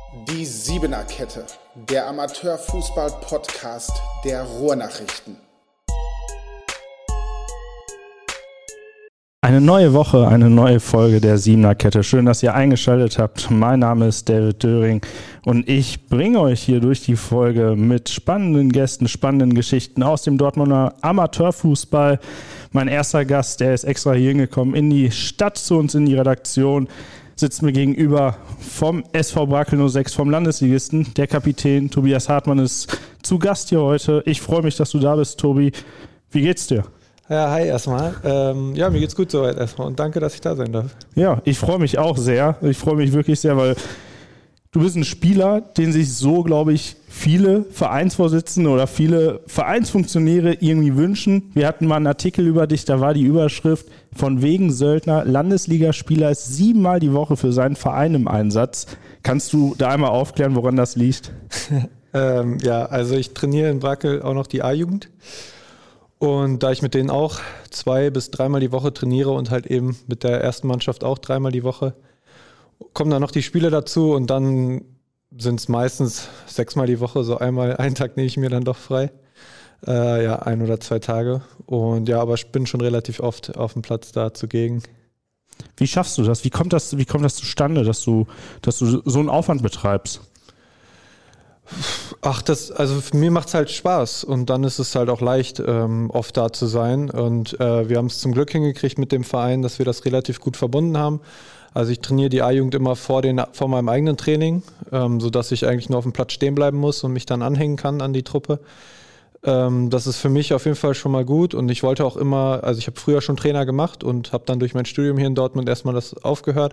Die Siebener-Kette, der Amateurfußball-Podcast der Ruhrnachrichten. Eine neue Woche, eine neue Folge der Siebener-Kette. Schön, dass ihr eingeschaltet habt. Mein Name ist David Döring und ich bringe euch hier durch die Folge mit spannenden Gästen, spannenden Geschichten aus dem Dortmunder Amateurfußball. Mein erster Gast, der ist extra hier hingekommen in die Stadt zu uns in die Redaktion, sitzt mir gegenüber vom SV Brakel 06, vom Landesligisten. Der Kapitän Tobias Hartmann ist zu Gast hier heute. Ich freue mich, dass du da bist, Tobi. Wie geht's dir? Ja, hi erstmal. Mir geht's gut soweit erstmal und danke, dass ich da sein darf. Ja, ich freue mich auch sehr. Ich freue mich wirklich sehr, weil du bist ein Spieler, den sich so, glaube ich, viele Vereinsvorsitzende oder viele Vereinsfunktionäre irgendwie wünschen. Wir hatten mal einen Artikel über dich, da war die Überschrift: von wegen Söldner, Landesligaspieler ist 7-mal die Woche für seinen Verein im Einsatz. Kannst du da einmal aufklären, woran das liegt? Also ich trainiere in Brakel auch noch die A-Jugend. Und da ich mit denen auch 2- bis 3-mal die Woche trainiere und halt eben mit der ersten Mannschaft auch 3-mal die Woche, kommen dann noch die Spiele dazu und dann sind es meistens 6-mal die Woche, so einen Tag nehme ich mir dann doch frei. 1 oder 2 Tage. Und ja, aber ich bin schon relativ oft auf dem Platz da zugegen. Wie schaffst du das? Wie kommt das zustande, dass du so einen Aufwand betreibst? Also für mir macht es halt Spaß und dann ist es halt auch leicht, oft da zu sein. Und wir haben es zum Glück hingekriegt mit dem Verein, dass wir das relativ gut verbunden haben. Also ich trainiere die A-Jugend immer vor meinem eigenen Training, sodass ich eigentlich nur auf dem Platz stehen bleiben muss und mich dann anhängen kann an die Truppe. Das ist für mich auf jeden Fall schon mal gut und ich wollte auch immer, also ich habe früher schon Trainer gemacht und habe dann durch mein Studium hier in Dortmund erstmal das aufgehört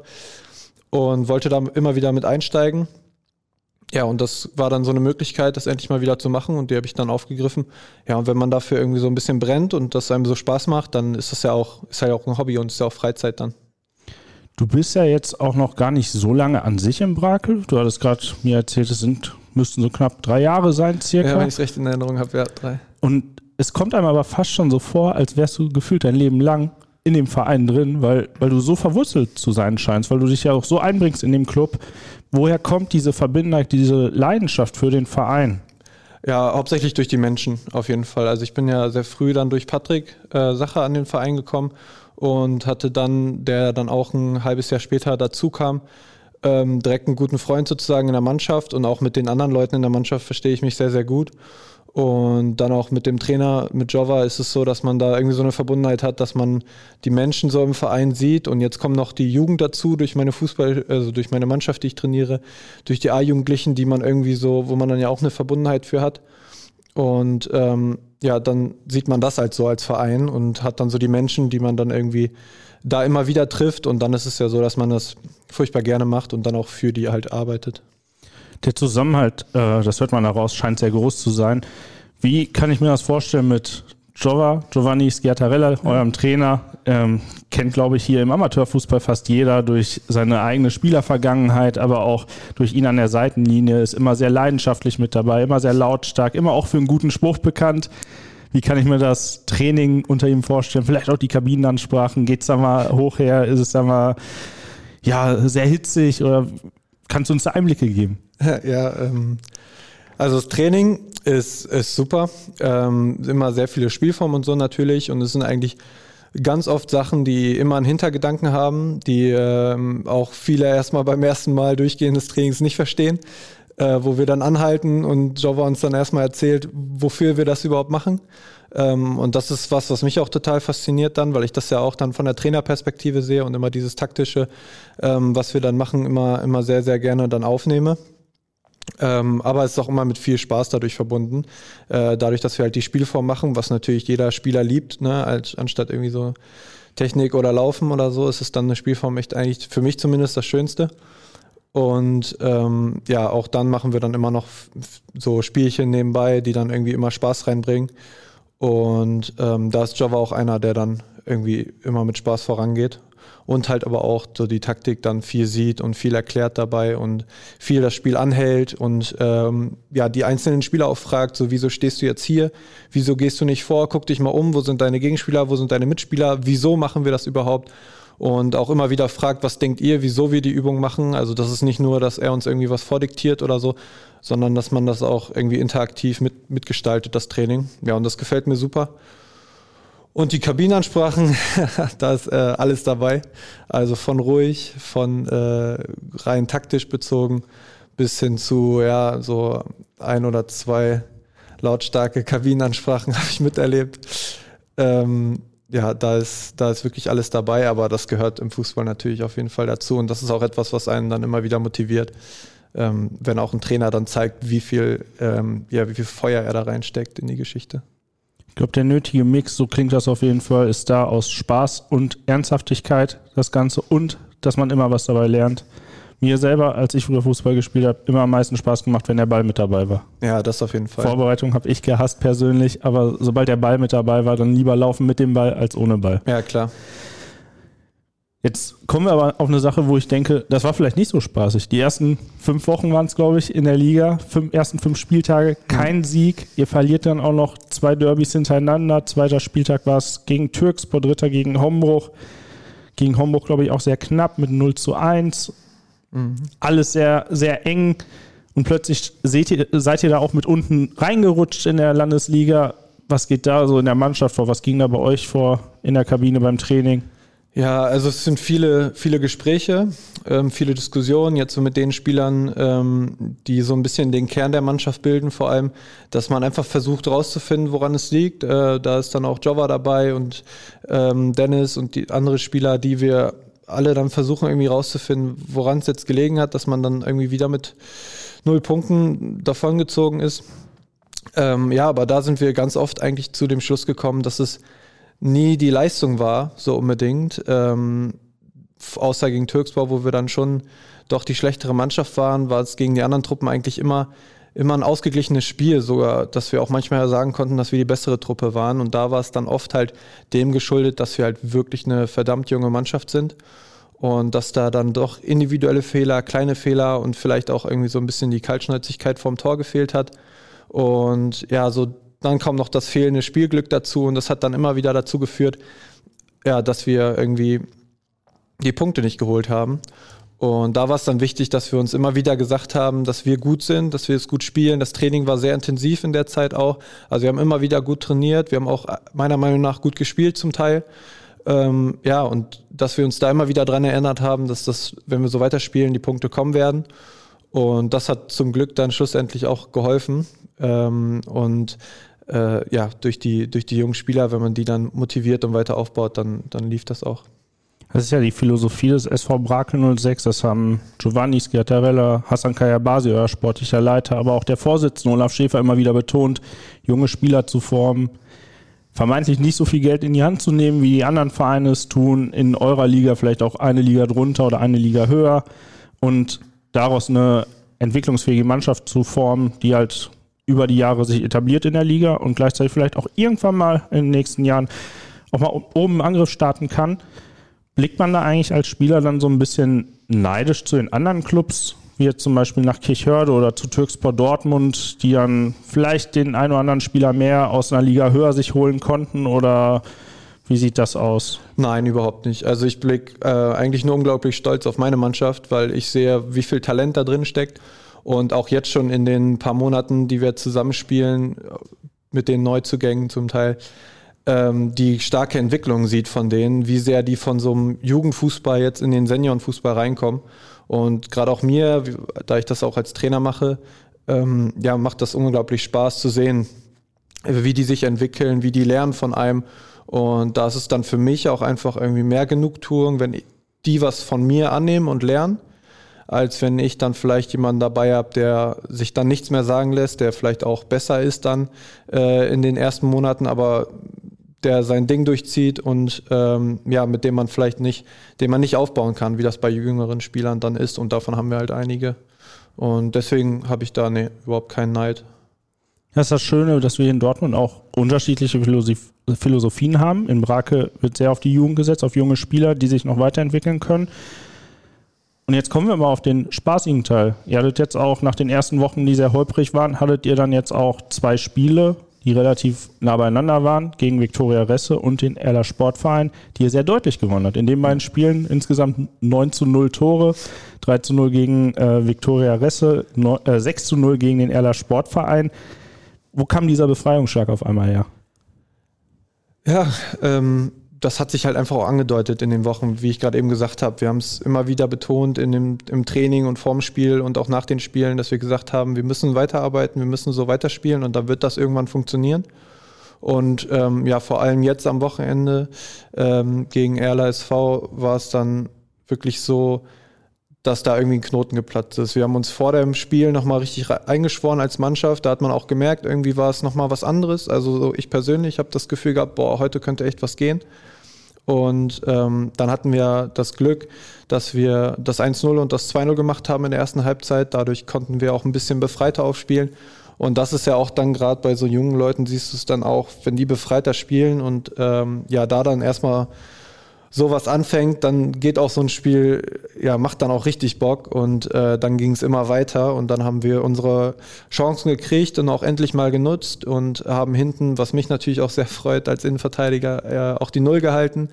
und wollte da immer wieder mit einsteigen. Ja, und das war dann so eine Möglichkeit, das endlich mal wieder zu machen und die habe ich dann aufgegriffen. Ja, und wenn man dafür irgendwie so ein bisschen brennt und das einem so Spaß macht, dann ist halt auch ein Hobby und ist ja auch Freizeit dann. Du bist ja jetzt auch noch gar nicht so lange an sich im Brakel. Du hattest gerade mir erzählt, müssten so knapp 3 Jahre sein, circa. Ja, wenn ich es recht in Erinnerung habe, ja, 3. Und es kommt einem aber fast schon so vor, als wärst du gefühlt dein Leben lang in dem Verein drin, weil du so verwurzelt zu sein scheinst, weil du dich ja auch so einbringst in dem Club. Woher kommt diese Verbindung, diese Leidenschaft für den Verein? Ja, hauptsächlich durch die Menschen auf jeden Fall. Also ich bin ja sehr früh dann durch Patrick Sacher an den Verein gekommen und hatte dann, der dann auch ein halbes Jahr später dazu kam, direkt einen guten Freund sozusagen in der Mannschaft und auch mit den anderen Leuten in der Mannschaft verstehe ich mich sehr, sehr gut. Und dann auch mit dem Trainer, mit Jova, ist es so, dass man da irgendwie so eine Verbundenheit hat, dass man die Menschen so im Verein sieht. Und jetzt kommt noch die Jugend dazu durch durch meine Mannschaft, die ich trainiere, durch die A-Jugendlichen, die man irgendwie so, wo man dann ja auch eine Verbundenheit für hat. Und dann sieht man das halt so als Verein und hat dann so die Menschen, die man dann irgendwie da immer wieder trifft. Und dann ist es ja so, dass man das furchtbar gerne macht und dann auch für die halt arbeitet. Der Zusammenhalt, das hört man daraus, scheint sehr groß zu sein. Wie kann ich mir das vorstellen mit Giovanni Schiattarella, eurem Trainer? Kennt, glaube ich, hier im Amateurfußball fast jeder durch seine eigene Spielervergangenheit, aber auch durch ihn an der Seitenlinie, ist immer sehr leidenschaftlich mit dabei, immer sehr lautstark, immer auch für einen guten Spruch bekannt. Wie kann ich mir das Training unter ihm vorstellen? Vielleicht auch die Kabinenansprachen. Geht es da mal hoch her? Ist es da mal sehr hitzig? Oder kannst du uns da Einblicke geben? Also das Training ist super. Immer sehr viele Spielformen und so natürlich. Und es sind eigentlich ganz oft Sachen, die immer einen Hintergedanken haben, die auch viele erstmal beim ersten Mal Durchgehen des Trainings nicht verstehen. Wo wir dann anhalten und Jova uns dann erstmal erzählt, wofür wir das überhaupt machen. Und das ist was mich auch total fasziniert dann, weil ich das ja auch dann von der Trainerperspektive sehe und immer dieses Taktische, was wir dann machen, immer sehr, sehr gerne dann aufnehme. Aber es ist auch immer mit viel Spaß dadurch verbunden. Dadurch, dass wir halt die Spielform machen, was natürlich jeder Spieler liebt, ne, anstatt irgendwie so Technik oder Laufen oder so, ist es dann eine Spielform echt eigentlich für mich zumindest das Schönste. Und auch dann machen wir dann immer noch so Spielchen nebenbei, die dann irgendwie immer Spaß reinbringen. Und da ist Jova auch einer, der dann irgendwie immer mit Spaß vorangeht. Und halt aber auch so die Taktik dann viel sieht und viel erklärt dabei und viel das Spiel anhält und die einzelnen Spieler auch fragt, so wieso stehst du jetzt hier, wieso gehst du nicht vor, guck dich mal um, wo sind deine Gegenspieler, wo sind deine Mitspieler, wieso machen wir das überhaupt? und auch immer wieder fragt, was denkt ihr, wieso wir die Übung machen. Also das ist nicht nur, dass er uns irgendwie was vordiktiert oder so, sondern dass man das auch irgendwie interaktiv mitgestaltet, das Training. Ja, und das gefällt mir super. Und die Kabinenansprachen, da ist alles dabei. Also von ruhig, von rein taktisch bezogen bis hin zu so 1 oder 2 lautstarke Kabinenansprachen habe ich miterlebt. Da ist wirklich alles dabei, aber das gehört im Fußball natürlich auf jeden Fall dazu. Und das ist auch etwas, was einen dann immer wieder motiviert, wenn auch ein Trainer dann zeigt, wie viel Feuer er da reinsteckt in die Geschichte. Ich glaube, der nötige Mix, so klingt das auf jeden Fall, ist da aus Spaß und Ernsthaftigkeit das Ganze und dass man immer was dabei lernt. Mir selber, als ich früher Fußball gespielt habe, immer am meisten Spaß gemacht, wenn der Ball mit dabei war. Ja, das auf jeden Fall. Vorbereitung habe ich gehasst persönlich, aber sobald der Ball mit dabei war, dann lieber laufen mit dem Ball als ohne Ball. Ja, klar. Jetzt kommen wir aber auf eine Sache, wo ich denke, das war vielleicht nicht so spaßig. Die ersten 5 Wochen waren es, glaube ich, in der Liga. Ersten 5 Spieltage, kein Sieg. Ihr verliert dann auch noch 2 Derbys hintereinander. 2. Spieltag war es gegen Türkspor, 3. gegen Hombruch. Gegen Hombruch, glaube ich, auch sehr knapp mit 0:1. Alles sehr, sehr eng. Und plötzlich seid ihr da auch mit unten reingerutscht in der Landesliga. Was geht da so in der Mannschaft vor? Was ging da bei euch vor in der Kabine beim Training? Ja, also es sind viele Gespräche, viele Diskussionen jetzt so mit den Spielern, die so ein bisschen den Kern der Mannschaft bilden, vor allem, dass man einfach versucht rauszufinden, woran es liegt. Da ist dann auch Jova dabei und Dennis und die andere Spieler, die wir alle dann versuchen irgendwie rauszufinden, woran es jetzt gelegen hat, dass man dann irgendwie wieder mit 0 Punkten davongezogen ist. Aber da sind wir ganz oft eigentlich zu dem Schluss gekommen, dass es nie die Leistung war, so unbedingt, außer gegen Türkspor, wo wir dann schon doch die schlechtere Mannschaft waren, war es gegen die anderen Truppen eigentlich immer ein ausgeglichenes Spiel, sogar, dass wir auch manchmal sagen konnten, dass wir die bessere Truppe waren, und da war es dann oft halt dem geschuldet, dass wir halt wirklich eine verdammt junge Mannschaft sind und dass da dann doch individuelle Fehler, kleine Fehler und vielleicht auch irgendwie so ein bisschen die Kaltschnäuzigkeit vorm Tor gefehlt hat, und ja, so dann kam noch das fehlende Spielglück dazu, und das hat dann immer wieder dazu geführt, dass wir irgendwie die Punkte nicht geholt haben. Und da war es dann wichtig, dass wir uns immer wieder gesagt haben, dass wir gut sind, dass wir es gut spielen. Das Training war sehr intensiv in der Zeit auch. Also wir haben immer wieder gut trainiert. Wir haben auch meiner Meinung nach gut gespielt zum Teil. Und dass wir uns da immer wieder dran erinnert haben, dass das, wenn wir so weiterspielen, die Punkte kommen werden. Und das hat zum Glück dann schlussendlich auch geholfen. Durch die jungen Spieler, wenn man die dann motiviert und weiter aufbaut, dann lief das auch. Das ist ja die Philosophie des SV Brakel 06. Das haben Giovanni Schiattarella, Hassan Kayabasi, euer sportlicher Leiter, aber auch der Vorsitzende Olaf Schäfer immer wieder betont, junge Spieler zu formen, vermeintlich nicht so viel Geld in die Hand zu nehmen, wie die anderen Vereine es tun, in eurer Liga vielleicht auch eine Liga drunter oder eine Liga höher, und daraus eine entwicklungsfähige Mannschaft zu formen, die halt über die Jahre sich etabliert in der Liga und gleichzeitig vielleicht auch irgendwann mal in den nächsten Jahren auch mal oben im Angriff starten kann. Blickt man da eigentlich als Spieler dann so ein bisschen neidisch zu den anderen Clubs, wie jetzt zum Beispiel nach Kirchhörde oder zu Türkspor Dortmund, die dann vielleicht den einen oder anderen Spieler mehr aus einer Liga höher sich holen konnten, oder wie sieht das aus? Nein, überhaupt nicht. Also ich blicke eigentlich nur unglaublich stolz auf meine Mannschaft, weil ich sehe, wie viel Talent da drin steckt. Und auch jetzt schon in den paar Monaten, die wir zusammenspielen, mit den Neuzugängen zum Teil, die starke Entwicklung sieht von denen, wie sehr die von so einem Jugendfußball jetzt in den Seniorenfußball reinkommen. Und gerade auch mir, da ich das auch als Trainer mache, macht das unglaublich Spaß zu sehen, wie die sich entwickeln, wie die lernen von einem. Und da ist es dann für mich auch einfach irgendwie mehr Genugtuung, wenn die was von mir annehmen und lernen, als wenn ich dann vielleicht jemanden dabei habe, der sich dann nichts mehr sagen lässt, der vielleicht auch besser ist dann in den ersten Monaten, aber der sein Ding durchzieht und mit dem man nicht aufbauen kann, wie das bei jüngeren Spielern dann ist, und davon haben wir halt einige. Und deswegen habe ich da überhaupt keinen Neid. Das ist das Schöne, dass wir in Dortmund auch unterschiedliche Philosophien haben. In Brakel wird sehr auf die Jugend gesetzt, auf junge Spieler, die sich noch weiterentwickeln können. Und jetzt kommen wir mal auf den spaßigen Teil. Ihr hattet jetzt auch nach den ersten Wochen, die sehr holprig waren, hattet ihr dann jetzt auch 2 Spiele, die relativ nah beieinander waren, gegen Viktoria Resse und den Erler Sportverein, die ihr sehr deutlich gewonnen hat. In den beiden Spielen insgesamt 9:0 Tore, 3:0 gegen Viktoria Resse, 6:0 gegen den Erler Sportverein. Wo kam dieser Befreiungsschlag auf einmal her? Ja, das hat sich halt einfach auch angedeutet in den Wochen, wie ich gerade eben gesagt habe. Wir haben es immer wieder betont im Training und vorm Spiel und auch nach den Spielen, dass wir gesagt haben, wir müssen weiterarbeiten, wir müssen so weiterspielen und dann wird das irgendwann funktionieren. Und vor allem jetzt am Wochenende gegen Erler SV war es dann wirklich so, dass da irgendwie ein Knoten geplatzt ist. Wir haben uns vor dem Spiel nochmal richtig eingeschworen als Mannschaft. Da hat man auch gemerkt, irgendwie war es nochmal was anderes. Also so ich persönlich habe das Gefühl gehabt, heute könnte echt was gehen. Und dann hatten wir das Glück, dass wir das 1:0 und das 2:0 gemacht haben in der ersten Halbzeit. Dadurch konnten wir auch ein bisschen befreiter aufspielen. Und das ist ja auch dann gerade bei so jungen Leuten, siehst du es dann auch, wenn die befreiter spielen und da dann erstmal sowas anfängt, dann geht auch so ein Spiel, macht dann auch richtig Bock und dann ging es immer weiter und dann haben wir unsere Chancen gekriegt und auch endlich mal genutzt und haben hinten, was mich natürlich auch sehr freut als Innenverteidiger, auch die Null gehalten.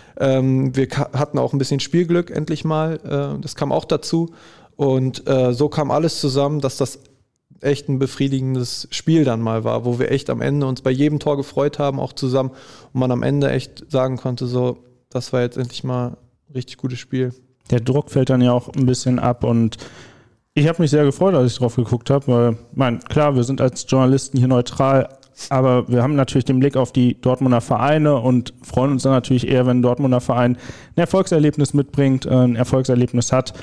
Wir hatten auch ein bisschen Spielglück endlich mal, das kam auch dazu und so kam alles zusammen, dass das echt ein befriedigendes Spiel dann mal war, wo wir echt am Ende uns bei jedem Tor gefreut haben, auch zusammen und man am Ende echt sagen konnte, so, das war jetzt endlich mal ein richtig gutes Spiel. Der Druck fällt dann ja auch ein bisschen ab und ich habe mich sehr gefreut, als ich drauf geguckt habe, weil, klar, wir sind als Journalisten hier neutral, aber wir haben natürlich den Blick auf die Dortmunder Vereine und freuen uns dann natürlich eher, wenn ein Dortmunder Verein ein Erfolgserlebnis mitbringt, ein Erfolgserlebnis hat.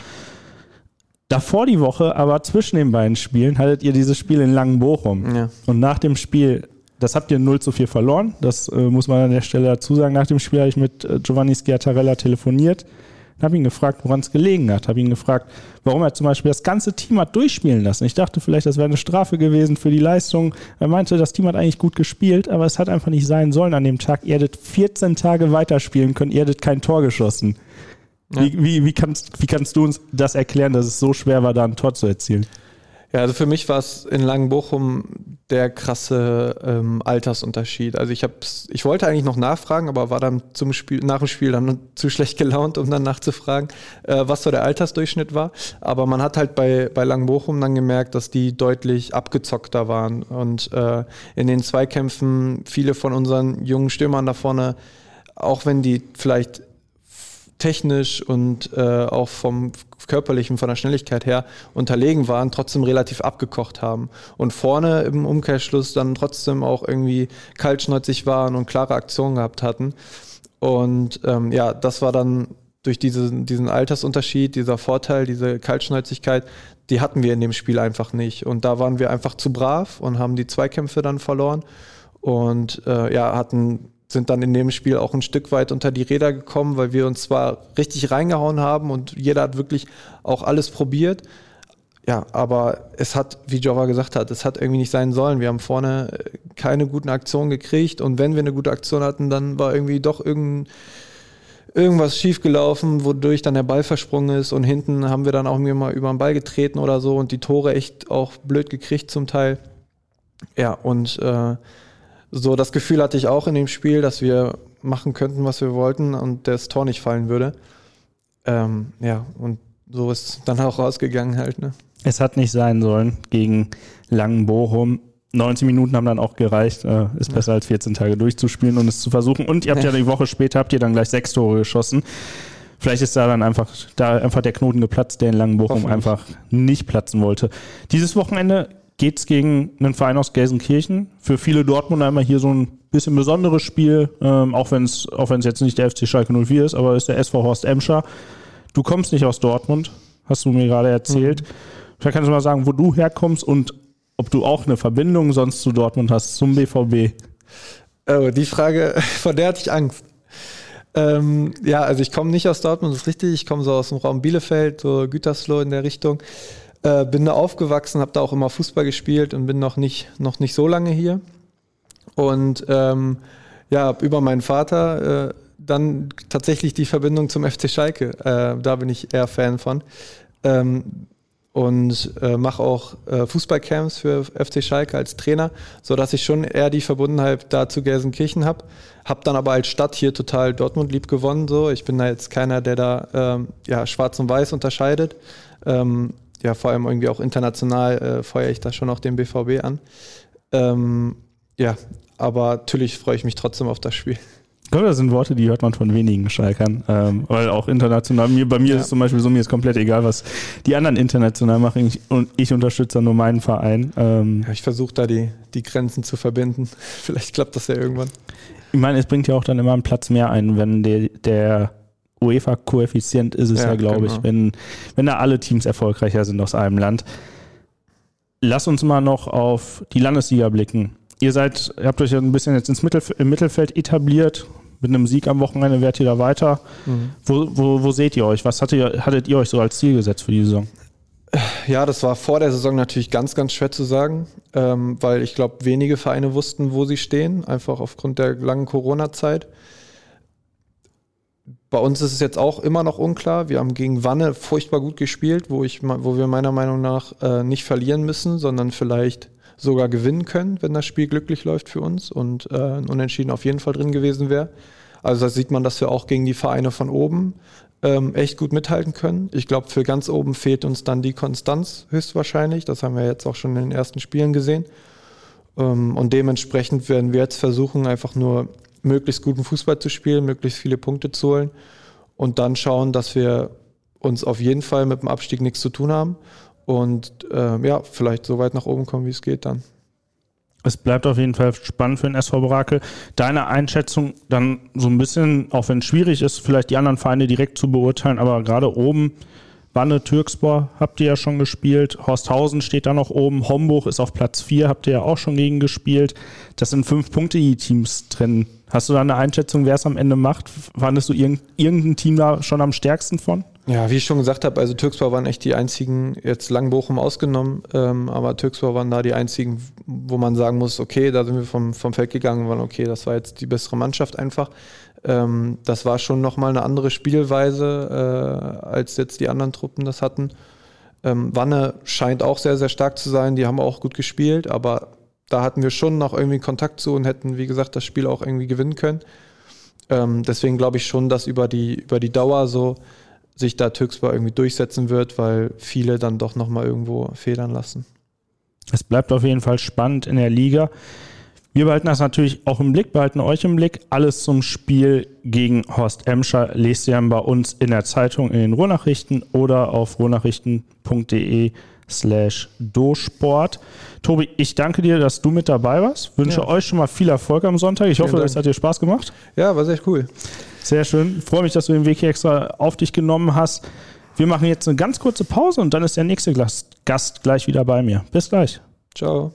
Davor die Woche, aber zwischen den beiden Spielen, hattet ihr dieses Spiel in Langenbochum. Ja. Und nach dem Spiel, das habt ihr 0:4 verloren, das muss man an der Stelle dazu sagen. Nach dem Spiel habe ich mit Giovanni Schiattarella telefoniert und habe ihn gefragt, woran es gelegen hat. Habe ihn gefragt, warum er zum Beispiel das ganze Team hat durchspielen lassen. Ich dachte vielleicht, das wäre eine Strafe gewesen für die Leistung. Er meinte, das Team hat eigentlich gut gespielt, aber es hat einfach nicht sein sollen an dem Tag. Ihr hättet 14 Tage weiterspielen können, ihr hättet kein Tor geschossen. Ja. Wie kannst du uns das erklären, dass es so schwer war, da ein Tor zu erzielen? Ja, also für mich war es in Langenbochum der krasse Altersunterschied. Also ich wollte eigentlich noch nachfragen, aber war dann nach dem Spiel dann zu schlecht gelaunt, um dann nachzufragen, was so der Altersdurchschnitt war. Aber man hat halt bei Langenbochum dann gemerkt, dass die deutlich abgezockter waren. Und in den Zweikämpfen viele von unseren jungen Stürmern da vorne, auch wenn die vielleicht technisch und auch vom Körperlichen, von der Schnelligkeit her unterlegen waren, trotzdem relativ abgekocht haben. Und vorne im Umkehrschluss dann trotzdem auch irgendwie kaltschnäuzig waren und klare Aktionen gehabt hatten. Und das war dann durch diesen Altersunterschied, dieser Vorteil, diese Kaltschnäuzigkeit, die hatten wir in dem Spiel einfach nicht. Und da waren wir einfach zu brav und haben die Zweikämpfe dann verloren und sind dann in dem Spiel auch ein Stück weit unter die Räder gekommen, weil wir uns zwar richtig reingehauen haben und jeder hat wirklich auch alles probiert. Ja, aber es hat, wie Jova gesagt hat, es hat irgendwie nicht sein sollen. Wir haben vorne keine guten Aktionen gekriegt und wenn wir eine gute Aktion hatten, dann war irgendwie doch irgendwas schiefgelaufen, wodurch dann der Ball versprungen ist und hinten haben wir dann auch irgendwie mal über den Ball getreten oder so und die Tore echt auch blöd gekriegt zum Teil. Ja, und so das Gefühl hatte ich auch in dem Spiel, dass wir machen könnten, was wir wollten und das Tor nicht fallen würde. Und so ist es dann auch rausgegangen halt. Ne? Es hat nicht sein sollen gegen Langenbochum. 90 Minuten haben dann auch gereicht. Ist besser als 14 Tage durchzuspielen und es zu versuchen. Und ihr habt ja die Woche später dann gleich 6 Tore geschossen. Vielleicht ist da einfach der Knoten geplatzt, der in Langenbochum einfach nicht platzen wollte. Dieses Wochenende geht es gegen einen Verein aus Gelsenkirchen. Für viele Dortmunder immer hier so ein bisschen besonderes Spiel, auch wenn es jetzt nicht der FC Schalke 04 ist, aber ist der SV Horst Emscher. Du kommst nicht aus Dortmund, hast du mir gerade erzählt. Vielleicht kannst du mal sagen, wo du herkommst und ob du auch eine Verbindung sonst zu Dortmund hast, zum BVB. Oh, die Frage, vor der hatte ich Angst. Also ich komme nicht aus Dortmund, das ist richtig. Ich komme so aus dem Raum Bielefeld, so Gütersloh in der Richtung. Bin da aufgewachsen, habe da auch immer Fußball gespielt und bin noch nicht so lange hier. Und über meinen Vater dann tatsächlich die Verbindung zum FC Schalke. Da bin ich eher Fan von. und mache auch Fußballcamps für FC Schalke als Trainer, sodass ich schon eher die Verbundenheit da zu Gelsenkirchen habe. Hab dann aber als Stadt hier total Dortmund lieb gewonnen. So. Ich bin da jetzt keiner, der da schwarz und weiß unterscheidet. Vor allem irgendwie auch international feuere ich da schon auch den BVB an. Aber natürlich freue ich mich trotzdem auf das Spiel. Ich glaube, das sind Worte, die hört man von wenigen Schalkern, weil auch international, bei mir ist es zum Beispiel so, mir ist komplett egal, was die anderen international machen, ich unterstütze nur meinen Verein. Ich versuche da die Grenzen zu verbinden, vielleicht klappt das ja irgendwann. Ich meine, es bringt ja auch dann immer einen Platz mehr ein, wenn der UEFA-Koeffizient ist es glaube ich, wenn da alle Teams erfolgreicher sind aus einem Land. Lass uns mal noch auf die Landesliga blicken. Ihr habt euch ja ein bisschen jetzt im Mittelfeld etabliert. Mit einem Sieg am Wochenende wärt ihr da weiter. Mhm. Wo seht ihr euch? Was hattet ihr euch so als Ziel gesetzt für die Saison? Ja, das war vor der Saison natürlich ganz, ganz schwer zu sagen, weil ich glaube, wenige Vereine wussten, wo sie stehen, einfach aufgrund der langen Corona-Zeit. Bei uns ist es jetzt auch immer noch unklar. Wir haben gegen Wanne furchtbar gut gespielt, wo wir meiner Meinung nach nicht verlieren müssen, sondern vielleicht sogar gewinnen können, wenn das Spiel glücklich läuft für uns und ein Unentschieden auf jeden Fall drin gewesen wäre. Also da sieht man, dass wir auch gegen die Vereine von oben echt gut mithalten können. Ich glaube, für ganz oben fehlt uns dann die Konstanz höchstwahrscheinlich. Das haben wir jetzt auch schon in den ersten Spielen gesehen. Und dementsprechend werden wir jetzt versuchen, einfach nur möglichst guten Fußball zu spielen, möglichst viele Punkte zu holen und dann schauen, dass wir uns auf jeden Fall mit dem Abstieg nichts zu tun haben und vielleicht so weit nach oben kommen, wie es geht dann. Es bleibt auf jeden Fall spannend für den SV Brakel. Deine Einschätzung dann so ein bisschen, auch wenn es schwierig ist, vielleicht die anderen Vereine direkt zu beurteilen, aber gerade oben, Wanne, Türkspor habt ihr ja schon gespielt, Horsthausen steht da noch oben, Homburg ist auf Platz 4, habt ihr ja auch schon gegen gespielt. Das sind 5 Punkte, die Teams trennen. Hast du da eine Einschätzung, wer es am Ende macht? Fandest du irgendein Team da schon am stärksten von? Ja, wie ich schon gesagt habe, also Türkspor waren echt die einzigen, jetzt Langbochum ausgenommen, aber Türkspor waren da die einzigen, wo man sagen muss, okay, da sind wir vom Feld gegangen und waren, okay, das war jetzt die bessere Mannschaft einfach. Das war schon nochmal eine andere Spielweise, als jetzt die anderen Truppen das hatten. Wanne scheint auch sehr, sehr stark zu sein, die haben auch gut gespielt, aber da hatten wir schon noch irgendwie Kontakt zu und hätten, wie gesagt, das Spiel auch irgendwie gewinnen können. Deswegen glaube ich schon, dass über die Dauer so sich da Türkspor irgendwie durchsetzen wird, weil viele dann doch nochmal irgendwo federn lassen. Es bleibt auf jeden Fall spannend in der Liga. Wir behalten das natürlich auch im Blick, behalten euch im Blick. Alles zum Spiel gegen Horst Emscher lest ihr bei uns in der Zeitung, in den Ruhrnachrichten oder auf ruhrnachrichten.de/dosport. Tobi, ich danke dir, dass du mit dabei warst. Wünsche euch schon mal viel Erfolg am Sonntag. Ich hoffe, es hat dir Spaß gemacht. Ja, war sehr cool. Sehr schön. Ich freue mich, dass du den Weg hier extra auf dich genommen hast. Wir machen jetzt eine ganz kurze Pause und dann ist der nächste Gast gleich wieder bei mir. Bis gleich. Ciao.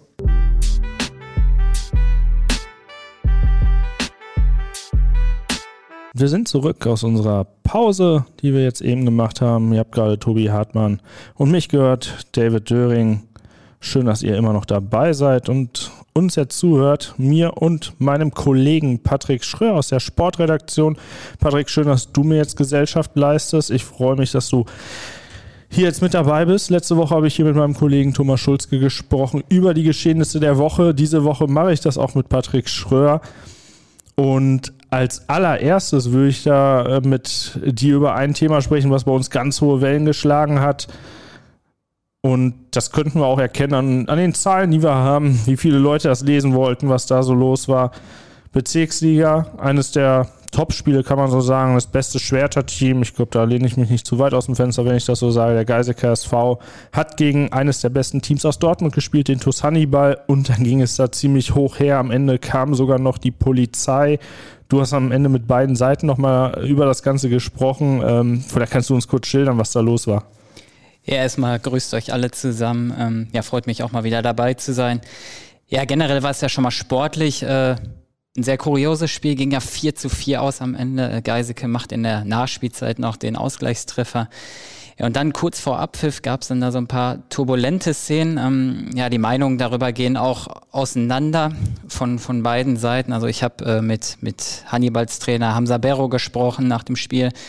Wir sind zurück aus unserer Pause, die wir jetzt eben gemacht haben. Ihr habt gerade Tobi Hartmann und mich gehört, David Döring. Schön, dass ihr immer noch dabei seid und uns jetzt zuhört, mir und meinem Kollegen Patrick Schröer aus der Sportredaktion. Patrick, schön, dass du mir jetzt Gesellschaft leistest. Ich freue mich, dass du hier jetzt mit dabei bist. Letzte Woche habe ich hier mit meinem Kollegen Thomas Schulzke gesprochen über die Geschehnisse der Woche. Diese Woche mache ich das auch mit Patrick Schröer. Und als allererstes würde ich da mit dir über ein Thema sprechen, was bei uns ganz hohe Wellen geschlagen hat. Und das könnten wir auch erkennen an den Zahlen, die wir haben, wie viele Leute das lesen wollten, was da so los war. Bezirksliga, eines der Top-Spiele, kann man so sagen, das beste Schwerter-Team. Ich glaube, da lehne ich mich nicht zu weit aus dem Fenster, wenn ich das so sage. Der Geisecker SV hat gegen eines der besten Teams aus Dortmund gespielt, den TuS Hannibal. Und dann ging es da ziemlich hoch her. Am Ende kam sogar noch die Polizei. Du hast am Ende mit beiden Seiten nochmal über das Ganze gesprochen. Vielleicht kannst du uns kurz schildern, was da los war. Ja, erstmal grüßt euch alle zusammen. Freut mich auch mal wieder dabei zu sein. Ja, generell war es ja schon mal sportlich. Ein sehr kurioses Spiel, ging ja 4:4 aus am Ende. Geiseke macht in der Nachspielzeit noch den Ausgleichstreffer. Ja, und dann kurz vor Abpfiff gab es dann da so ein paar turbulente Szenen. Die Meinungen darüber gehen auch auseinander von beiden Seiten. Also ich habe mit Hannibals Trainer Hamza Berro gesprochen nach dem Spiel.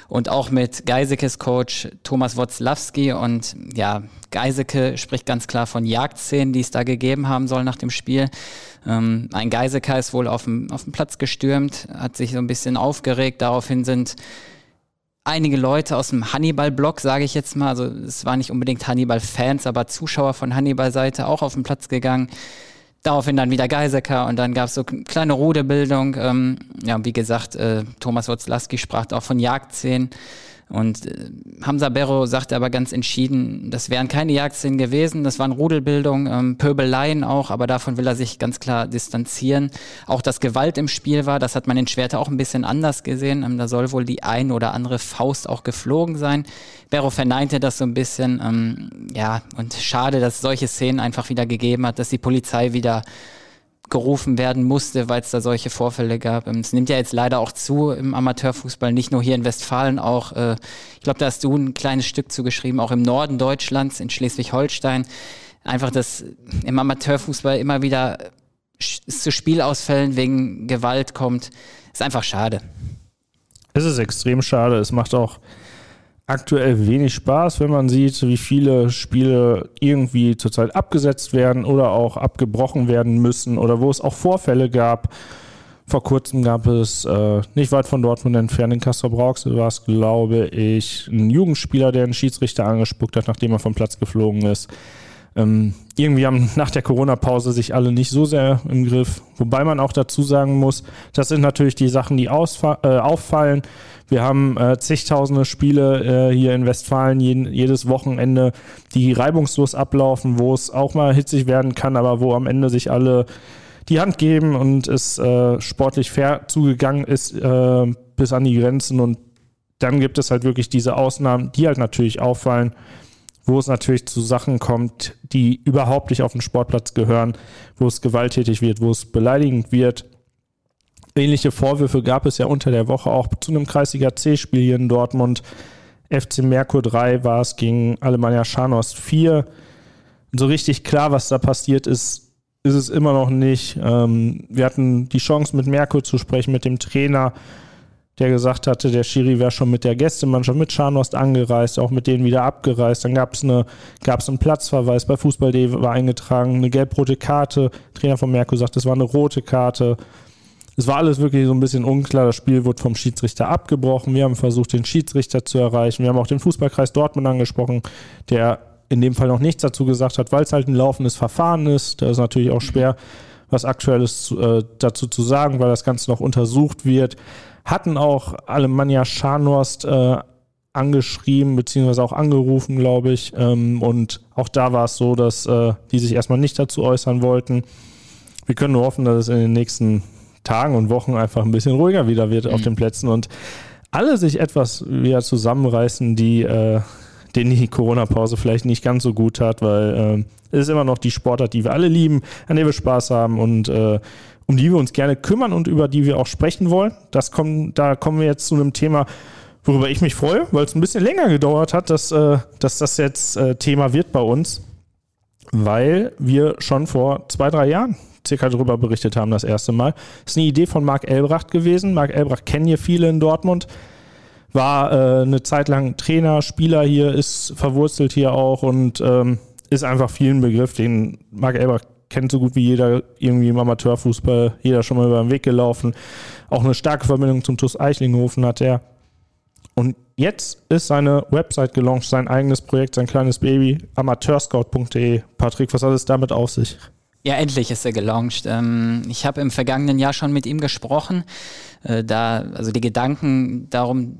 und auch mit Geisekes Coach Thomas Woclawski. Und ja, Geiseke spricht ganz klar von Jagdszenen, die es da gegeben haben soll nach dem Spiel. Ein Geiseker ist wohl auf dem Platz gestürmt, hat sich so ein bisschen aufgeregt. Daraufhin sind einige Leute aus dem Hannibal-Block, sage ich jetzt mal, also es waren nicht unbedingt Hannibal-Fans, aber Zuschauer von Hannibal-Seite auch auf den Platz gegangen. Daraufhin dann wieder Geiseker und dann gab es so kleine Rudelbildung. Wie gesagt, Thomas Woclawski sprach auch von Jagdszenen. Und Hamza Berro sagte aber ganz entschieden, das wären keine Jagdszenen gewesen, das waren Rudelbildung, Pöbeleien auch, aber davon will er sich ganz klar distanzieren. Auch dass Gewalt im Spiel war, das hat man in Schwerte auch ein bisschen anders gesehen. Da soll wohl die ein oder andere Faust auch geflogen sein. Berro verneinte das so ein bisschen. Und schade, dass es solche Szenen einfach wieder gegeben hat, dass die Polizei wieder gerufen werden musste, weil es da solche Vorfälle gab. Es nimmt ja jetzt leider auch zu im Amateurfußball, nicht nur hier in Westfalen, auch, ich glaube, da hast du ein kleines Stück zugeschrieben, auch im Norden Deutschlands, in Schleswig-Holstein. Einfach, dass im Amateurfußball immer wieder es zu Spielausfällen wegen Gewalt kommt, ist einfach schade. Es ist extrem schade. Es macht auch aktuell wenig Spaß, wenn man sieht, wie viele Spiele irgendwie zurzeit abgesetzt werden oder auch abgebrochen werden müssen oder wo es auch Vorfälle gab. Vor kurzem gab es nicht weit von Dortmund entfernt in Castrop-Rauxel war es, glaube ich, ein Jugendspieler, der einen Schiedsrichter angespuckt hat, nachdem er vom Platz geflogen ist. Irgendwie haben nach der Corona-Pause sich alle nicht so sehr im Griff. Wobei man auch dazu sagen muss, das sind natürlich die Sachen, die auffallen. Wir haben zigtausende Spiele hier in Westfalen jedes Wochenende, die reibungslos ablaufen, wo es auch mal hitzig werden kann, aber wo am Ende sich alle die Hand geben und es sportlich fair zugegangen ist bis an die Grenzen. Und dann gibt es halt wirklich diese Ausnahmen, die halt natürlich auffallen, wo es natürlich zu Sachen kommt, die überhaupt nicht auf den Sportplatz gehören, wo es gewalttätig wird, wo es beleidigend wird. Ähnliche Vorwürfe gab es ja unter der Woche auch zu einem Kreisliga C-Spiel hier in Dortmund. FC Merkur 3 war es gegen Alemannia Scharnhorst 4. Und so richtig klar, was da passiert ist es immer noch nicht. Wir hatten die Chance, mit Merkur zu sprechen, mit dem Trainer, der gesagt hatte, der Schiri wäre schon mit der Gästemannschaft mit Scharnhorst angereist, auch mit denen wieder abgereist. Dann gab es einen Platzverweis, bei Fußball.de war eingetragen, eine gelb-rote Karte. Der Trainer von Merkur sagt, das war eine rote Karte. Es war alles wirklich so ein bisschen unklar. Das Spiel wurde vom Schiedsrichter abgebrochen. Wir haben versucht, den Schiedsrichter zu erreichen. Wir haben auch den Fußballkreis Dortmund angesprochen, der in dem Fall noch nichts dazu gesagt hat, weil es halt ein laufendes Verfahren ist. Da ist natürlich auch schwer, was Aktuelles dazu zu sagen, weil das Ganze noch untersucht wird. Hatten auch Alemannia Scharnhorst angeschrieben, beziehungsweise auch angerufen, glaube ich. Und auch da war es so, dass die sich erstmal nicht dazu äußern wollten. Wir können nur hoffen, dass es in den nächsten Tagen und Wochen einfach ein bisschen ruhiger wieder wird auf den Plätzen und alle sich etwas wieder zusammenreißen, denen die Corona-Pause vielleicht nicht ganz so gut hat, weil es ist immer noch die Sportart, die wir alle lieben, an der wir Spaß haben und um die wir uns gerne kümmern und über die wir auch sprechen wollen. Da kommen wir jetzt zu einem Thema, worüber ich mich freue, weil es ein bisschen länger gedauert hat, dass das jetzt Thema wird bei uns, weil wir schon vor 2-3 Jahren circa darüber berichtet haben das erste Mal. Das ist eine Idee von Marc Elbracht gewesen. Marc Elbracht kennen hier viele in Dortmund. War eine Zeit lang Trainer, Spieler hier, ist verwurzelt hier auch und ist einfach vielen Begriff, den Marc Elbracht kennt so gut wie jeder irgendwie im Amateurfußball, jeder schon mal über den Weg gelaufen. Auch eine starke Verbindung zum TuS Eichlinghofen hat er. Und jetzt ist seine Website gelauncht, sein eigenes Projekt, sein kleines Baby, amateurscout.de. Patrick, was hat es damit auf sich? Ja, endlich ist er gelauncht. Ich habe im vergangenen Jahr schon mit ihm gesprochen. Also die Gedanken darum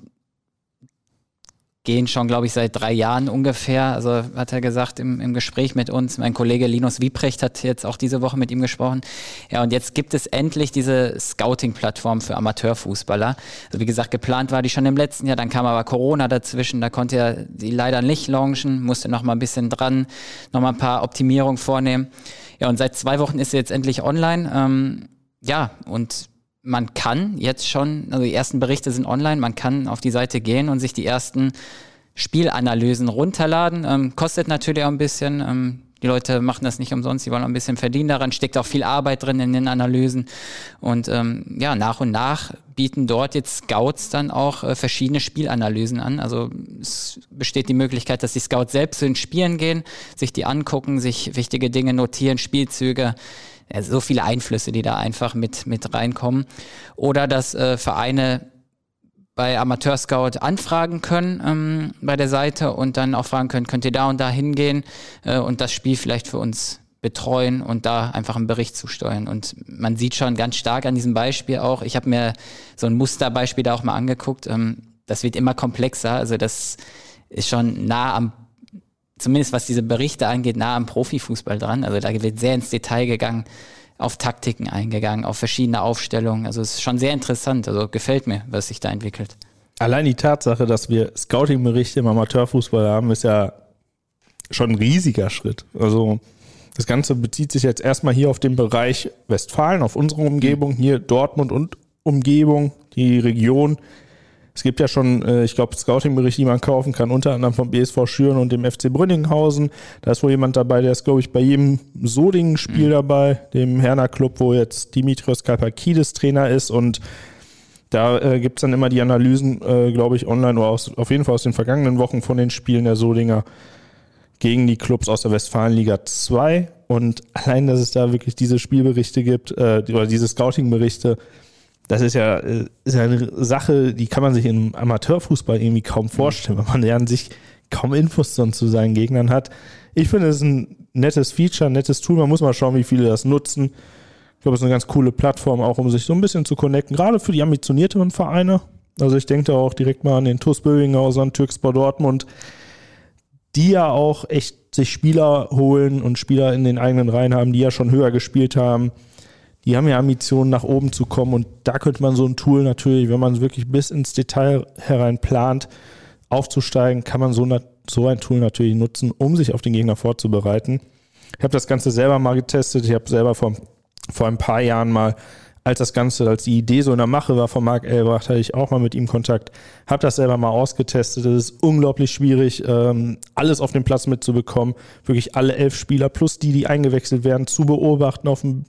gehen schon, glaube ich, seit 3 Jahren ungefähr. Also hat er gesagt im Gespräch mit uns. Mein Kollege Linus Wieprecht hat jetzt auch diese Woche mit ihm gesprochen. Ja, und jetzt gibt es endlich diese Scouting-Plattform für Amateurfußballer. Also wie gesagt, geplant war die schon im letzten Jahr. Dann kam aber Corona dazwischen. Da konnte er die leider nicht launchen. Musste noch mal ein bisschen dran, noch mal ein paar Optimierungen vornehmen. Ja, und seit 2 Wochen ist sie jetzt endlich online. Und man kann jetzt schon, also die ersten Berichte sind online, man kann auf die Seite gehen und sich die ersten Spielanalysen runterladen. Kostet natürlich auch ein bisschen. Die Leute machen das nicht umsonst, die wollen auch ein bisschen verdienen daran, steckt auch viel Arbeit drin in den Analysen. Und nach und nach bieten dort jetzt Scouts dann auch verschiedene Spielanalysen an. Also es besteht die Möglichkeit, dass die Scouts selbst zu den Spielen gehen, sich die angucken, sich wichtige Dinge notieren, Spielzüge, so viele Einflüsse, die da einfach mit reinkommen. Oder dass Vereine bei Amateur Scout anfragen können bei der Seite und dann auch fragen können, könnt ihr da und da hingehen und das Spiel vielleicht für uns betreuen und da einfach einen Bericht zusteuern. Und man sieht schon ganz stark an diesem Beispiel auch, ich habe mir so ein Musterbeispiel da auch mal angeguckt, das wird immer komplexer, also das ist schon nah am, zumindest was diese Berichte angeht, nah am Profifußball dran. Also da wird sehr ins Detail gegangen, auf Taktiken eingegangen, auf verschiedene Aufstellungen. Also es ist schon sehr interessant. Also gefällt mir, was sich da entwickelt. Allein die Tatsache, dass wir Scouting-Berichte im Amateurfußball haben, ist ja schon ein riesiger Schritt. Also das Ganze bezieht sich jetzt erstmal hier auf den Bereich Westfalen, auf unsere Umgebung, hier Dortmund und Umgebung, die Region. Es gibt ja schon, ich glaube, Scouting-Berichte, die man kaufen kann, unter anderem vom BSV Schüren und dem FC Brünninghausen. Da ist wohl jemand dabei, der ist, glaube ich, bei jedem Solingen-Spiel dabei, dem Herner Club, wo jetzt Dimitrios Kalpakidis Trainer ist. Und da gibt es dann immer die Analysen, glaube ich, online oder auf jeden Fall aus den vergangenen Wochen von den Spielen der Solinger gegen die Clubs aus der Westfalenliga 2. Und allein, dass es da wirklich diese Spielberichte gibt, oder diese Scouting-Berichte, das ist ja eine Sache, die kann man sich im Amateurfußball irgendwie kaum vorstellen, weil man ja an sich kaum Infos sonst zu seinen Gegnern hat. Ich finde, es ist ein nettes Feature, ein nettes Tool. Man muss mal schauen, wie viele das nutzen. Ich glaube, es ist eine ganz coole Plattform, auch um sich so ein bisschen zu connecten, gerade für die ambitionierteren Vereine. Also ich denke da auch direkt mal an den TuS Bövinghausen, Türkspor Dortmund, die ja auch echt sich Spieler holen und Spieler in den eigenen Reihen haben, die ja schon höher gespielt haben. Die haben ja Ambitionen, nach oben zu kommen, und da könnte man so ein Tool natürlich, wenn man es wirklich bis ins Detail herein plant, aufzusteigen, kann man so ein Tool natürlich nutzen, um sich auf den Gegner vorzubereiten. Ich habe das Ganze selber mal getestet. Ich habe selber vor ein paar Jahren mal, als die Idee so in der Mache war von Marc Elbracht, hatte ich auch mal mit ihm Kontakt, habe das selber mal ausgetestet. Es ist unglaublich schwierig, alles auf den Platz mitzubekommen, wirklich alle 11 Spieler plus die eingewechselt werden, zu beobachten,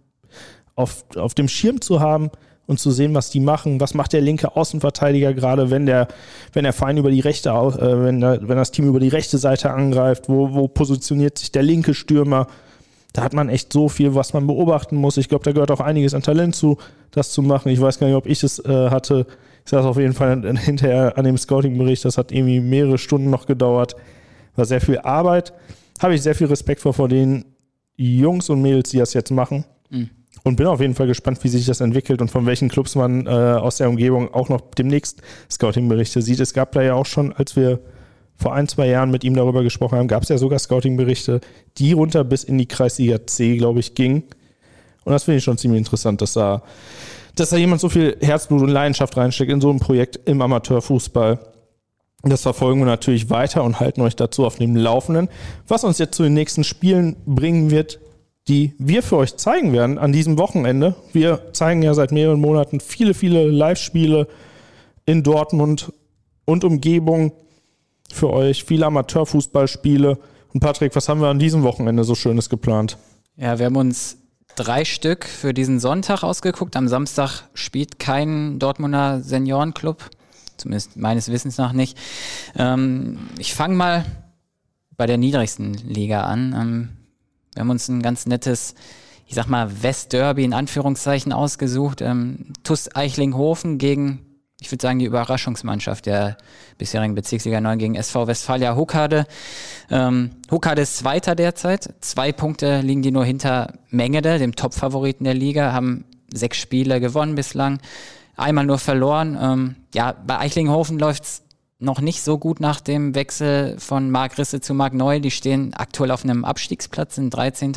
auf dem Schirm zu haben und zu sehen, was die machen. Was macht der linke Außenverteidiger gerade, wenn der Verein über die rechte, wenn das Team über die rechte Seite angreift? Wo positioniert sich der linke Stürmer? Da hat man echt so viel, was man beobachten muss. Ich glaube, da gehört auch einiges an Talent zu, das zu machen. Ich weiß gar nicht, ob ich es hatte. Ich saß auf jeden Fall hinterher an dem Scouting-Bericht. Das hat irgendwie mehrere Stunden noch gedauert. War sehr viel Arbeit. Habe ich sehr viel Respekt vor den Jungs und Mädels, die das jetzt machen. Mhm. Und bin auf jeden Fall gespannt, wie sich das entwickelt und von welchen Clubs man aus der Umgebung auch noch demnächst Scouting-Berichte sieht. Es gab da ja auch schon, als wir vor 1-2 Jahren mit ihm darüber gesprochen haben, gab es ja sogar Scouting-Berichte, die runter bis in die Kreisliga C, glaube ich, gingen. Und das finde ich schon ziemlich interessant, dass da jemand so viel Herzblut und Leidenschaft reinsteckt in so ein Projekt im Amateurfußball. Das verfolgen wir natürlich weiter und halten euch dazu auf dem Laufenden, was uns jetzt zu den nächsten Spielen bringen wird, die wir für euch zeigen werden an diesem Wochenende. Wir zeigen ja seit mehreren Monaten viele, viele Live-Spiele in Dortmund und Umgebung für euch, viele Amateurfußballspiele. Und Patrick, was haben wir an diesem Wochenende so Schönes geplant? Ja, wir haben uns 3 Stück für diesen Sonntag ausgeguckt. Am Samstag spielt kein Dortmunder Seniorenclub, zumindest meines Wissens nach nicht. Ich fange mal bei der niedrigsten Liga an. Wir haben uns ein ganz nettes, ich sag mal, Westderby in Anführungszeichen ausgesucht. TuS Eichlinghofen gegen, ich würde sagen, die Überraschungsmannschaft der bisherigen Bezirksliga 9 gegen SV Westfalia Huckade. Huckade ist Zweiter derzeit. 2 Punkte liegen die nur hinter Mengede, dem Top-Favoriten der Liga, haben 6 Spiele gewonnen bislang, einmal nur verloren. Bei Eichlinghofen läuft's noch nicht so gut nach dem Wechsel von Marc Risse zu Marc Neu. Die stehen aktuell auf einem Abstiegsplatz, sind 13.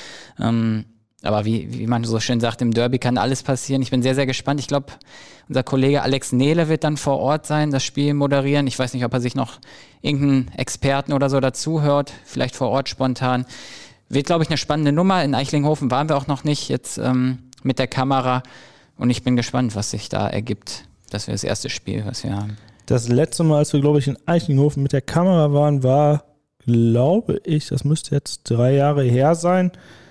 Aber wie man so schön sagt, im Derby kann alles passieren. Ich bin sehr, sehr gespannt. Ich glaube, unser Kollege Alex Nehle wird dann vor Ort sein, das Spiel moderieren. Ich weiß nicht, ob er sich noch irgendeinen Experten oder so dazuhört, vielleicht vor Ort spontan. Wird, glaube ich, eine spannende Nummer. In Eichlinghofen waren wir auch noch nicht jetzt mit der Kamera. Und ich bin gespannt, was sich da ergibt. Das wäre das erste Spiel, was wir haben. Das letzte Mal, als wir, glaube ich, in Eichlinghofen mit der Kamera waren, war, glaube ich, das müsste jetzt 3 Jahre her sein,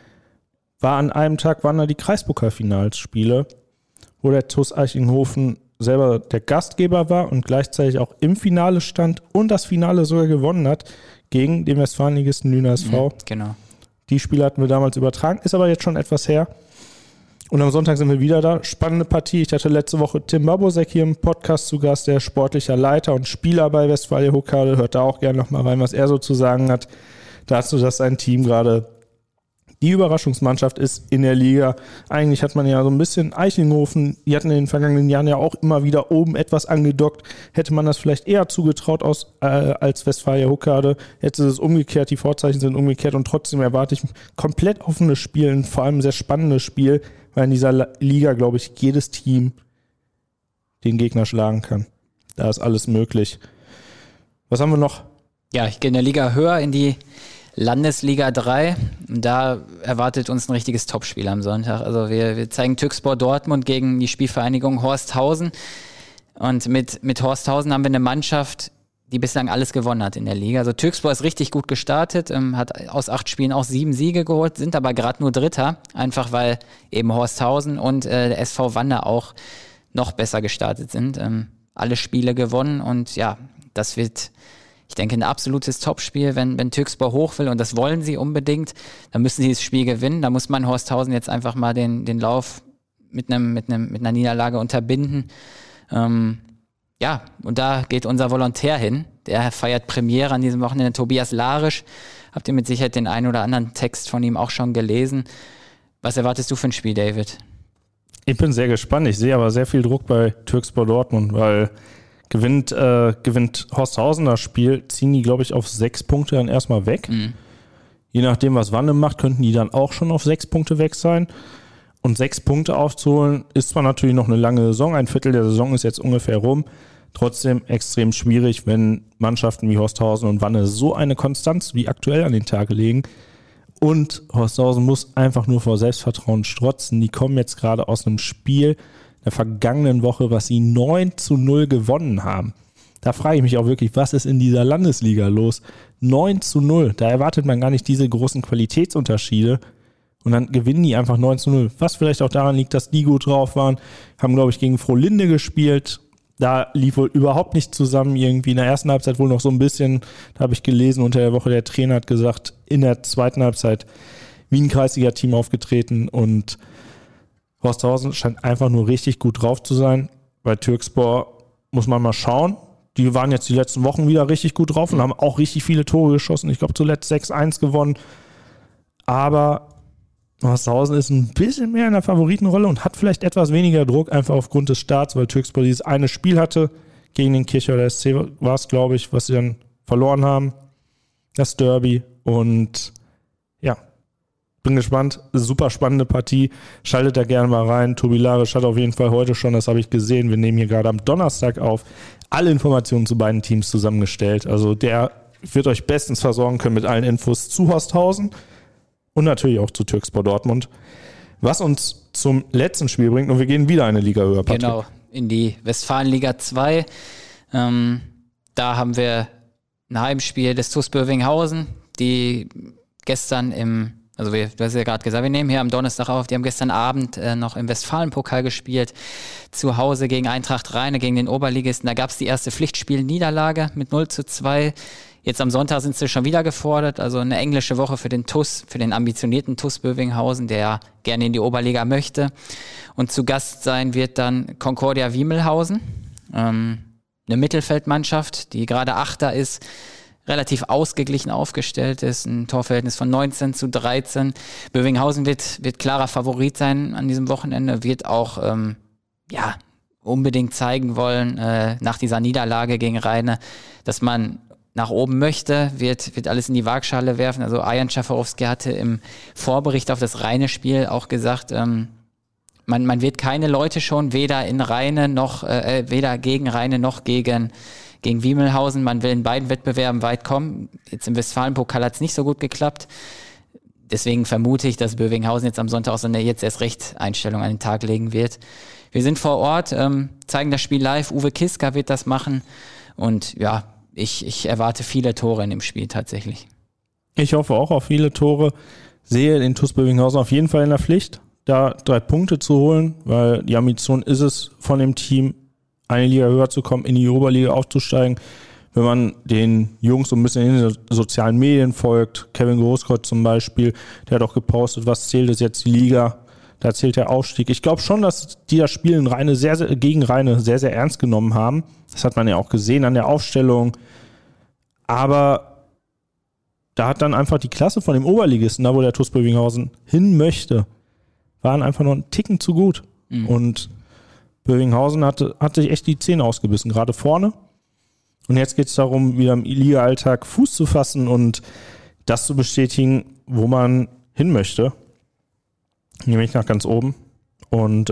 an einem Tag waren da die Kreispokalfinalsspiele, wo der TuS Eichenhofen selber der Gastgeber war und gleichzeitig auch im Finale stand und das Finale sogar gewonnen hat gegen den Westfalenligisten Lüner SV. Genau. Die Spiele hatten wir damals übertragen, ist aber jetzt schon etwas her. Und am Sonntag sind wir wieder da. Spannende Partie. Ich hatte letzte Woche Tim Babosek hier im Podcast zu Gast, der sportlicher Leiter und Spieler bei Westfalia Hokade. Hört da auch gerne nochmal rein, was er so zu sagen hat. Dazu, dass sein Team gerade die Überraschungsmannschaft ist in der Liga. Eigentlich hat man ja so ein bisschen Eichenhofen, die hatten in den vergangenen Jahren ja auch immer wieder oben etwas angedockt. Hätte man das vielleicht eher zugetraut als Westfalia Hokade, hätte es umgekehrt, die Vorzeichen sind umgekehrt und trotzdem erwarte ich komplett offenes Spiel, und vor allem ein sehr spannendes Spiel, weil in dieser Liga, glaube ich, jedes Team den Gegner schlagen kann. Da ist alles möglich. Was haben wir noch? Ja, ich gehe in der Liga höher, in die Landesliga 3. Da erwartet uns ein richtiges Topspiel am Sonntag. Also wir zeigen Türkspor Dortmund gegen die Spielvereinigung Horsthausen. Und mit Horsthausen haben wir eine Mannschaft, die bislang alles gewonnen hat in der Liga. Also Türkspor ist richtig gut gestartet, hat aus 8 Spielen auch 7 Siege geholt, sind aber gerade nur Dritter. Einfach weil eben Horsthausen und der SV Wander auch noch besser gestartet sind. Alle Spiele gewonnen und ja, das wird, ich denke, ein absolutes Topspiel, wenn Türkspor hoch will, und das wollen sie unbedingt, dann müssen sie das Spiel gewinnen. Da muss man Horsthausen jetzt einfach mal den Lauf mit einer Niederlage unterbinden. Ja, und da geht unser Volontär hin. Der feiert Premiere an diesem Wochenende, Tobias Larisch. Habt ihr mit Sicherheit den einen oder anderen Text von ihm auch schon gelesen. Was erwartest du für ein Spiel, David? Ich bin sehr gespannt. Ich sehe aber sehr viel Druck bei Türkspor Dortmund, weil gewinnt Horsthausen das Spiel, ziehen die, glaube ich, auf 6 Punkte dann erstmal weg. Mhm. Je nachdem, was Wanne macht, könnten die dann auch schon auf 6 Punkte weg sein. Und 6 Punkte aufzuholen, ist zwar natürlich noch eine lange Saison, ein Viertel der Saison ist jetzt ungefähr rum, trotzdem extrem schwierig, wenn Mannschaften wie Horsthausen und Wanne so eine Konstanz wie aktuell an den Tag legen. Und Horsthausen muss einfach nur vor Selbstvertrauen strotzen. Die kommen jetzt gerade aus einem Spiel der vergangenen Woche, was sie 9-0 gewonnen haben. Da frage ich mich auch wirklich, was ist in dieser Landesliga los? 9-0, da erwartet man gar nicht diese großen Qualitätsunterschiede. Und dann gewinnen die einfach 9-0. Was vielleicht auch daran liegt, dass die gut drauf waren. Haben, glaube ich, gegen Frohlinde gespielt. Da lief wohl überhaupt nicht zusammen irgendwie. In der ersten Halbzeit wohl noch so ein bisschen, da habe ich gelesen, unter der Woche, der Trainer hat gesagt, in der zweiten Halbzeit wie ein Kreisliga-Team aufgetreten. Und Horsthausen scheint einfach nur richtig gut drauf zu sein. Bei Türkspor muss man mal schauen. Die waren jetzt die letzten Wochen wieder richtig gut drauf und haben auch richtig viele Tore geschossen. Ich glaube, zuletzt 6-1 gewonnen. Aber Horsthausen ist ein bisschen mehr in der Favoritenrolle und hat vielleicht etwas weniger Druck, einfach aufgrund des Starts, weil Türkspor dieses eine Spiel hatte gegen den Kirchhörder SC, war es, glaube ich, was sie dann verloren haben. Das Derby. Und ja, bin gespannt. Super spannende Partie. Schaltet da gerne mal rein. Tobi Larisch hat auf jeden Fall heute schon, das habe ich gesehen, wir nehmen hier gerade am Donnerstag auf, alle Informationen zu beiden Teams zusammengestellt. Also der wird euch bestens versorgen können mit allen Infos zu Horsthausen und natürlich auch zu Türkspor Dortmund. Was uns zum letzten Spiel bringt, und wir gehen wieder eine Liga höher, Patrick. Genau, in die Westfalenliga 2. Da haben wir ein Heimspiel des TuS Bövinghausen, die gestern du hast ja gerade gesagt, wir nehmen hier am Donnerstag auf, die haben gestern Abend noch im Westfalenpokal gespielt, zu Hause gegen Eintracht Rheine, gegen den Oberligisten. Da gab es die erste Pflichtspiel-Niederlage mit 0-2. Jetzt am Sonntag sind sie schon wieder gefordert, also eine englische Woche für den TuS, für den ambitionierten TuS Bövinghausen, der gerne in die Oberliga möchte. Und zu Gast sein wird dann Concordia Wiemelhausen, eine Mittelfeldmannschaft, die gerade Achter ist, relativ ausgeglichen aufgestellt ist, ein Torverhältnis von 19-13. Bövinghausen wird klarer Favorit sein an diesem Wochenende, wird auch unbedingt zeigen wollen, nach dieser Niederlage gegen Rheine, dass man nach oben möchte, wird alles in die Waagschale werfen. Also Arjan Schaforowski hatte im Vorbericht auf das Rheine-Spiel auch gesagt, man wird keine Leute schon, weder in Rheine noch, weder gegen Rheine noch gegen Wiemelhausen. Man will in beiden Wettbewerben weit kommen. Jetzt im Westfalenpokal hat es nicht so gut geklappt. Deswegen vermute ich, dass Bövinghausen jetzt am Sonntag auch so eine jetzt erst recht Einstellung an den Tag legen wird. Wir sind vor Ort, zeigen das Spiel live. Uwe Kiska wird das machen. Und ja, ich erwarte viele Tore in dem Spiel tatsächlich. Ich hoffe auch auf viele Tore. Sehe den TuS Bövinghausen auf jeden Fall in der Pflicht, da 3 Punkte zu holen, weil die Ambition ist es von dem Team, eine Liga höher zu kommen, in die Oberliga aufzusteigen. Wenn man den Jungs so ein bisschen in den sozialen Medien folgt, Kevin Großkreuz zum Beispiel, der hat auch gepostet, was zählt es jetzt die Liga, da zählt der Aufstieg. Ich glaube schon, dass die das Spiel in Rheine gegen Rheine sehr, sehr ernst genommen haben. Das hat man ja auch gesehen an der Aufstellung. Aber da hat dann einfach die Klasse von dem Oberligisten, da wo der TuS Bövinghausen hin möchte, waren einfach noch einen Ticken zu gut. Und Bövinghausen hat sich echt die Zähne ausgebissen, gerade vorne. Und jetzt geht es darum, wieder im Liga-Alltag Fuß zu fassen und das zu bestätigen, wo man hin möchte. Nämlich nach ganz oben. Und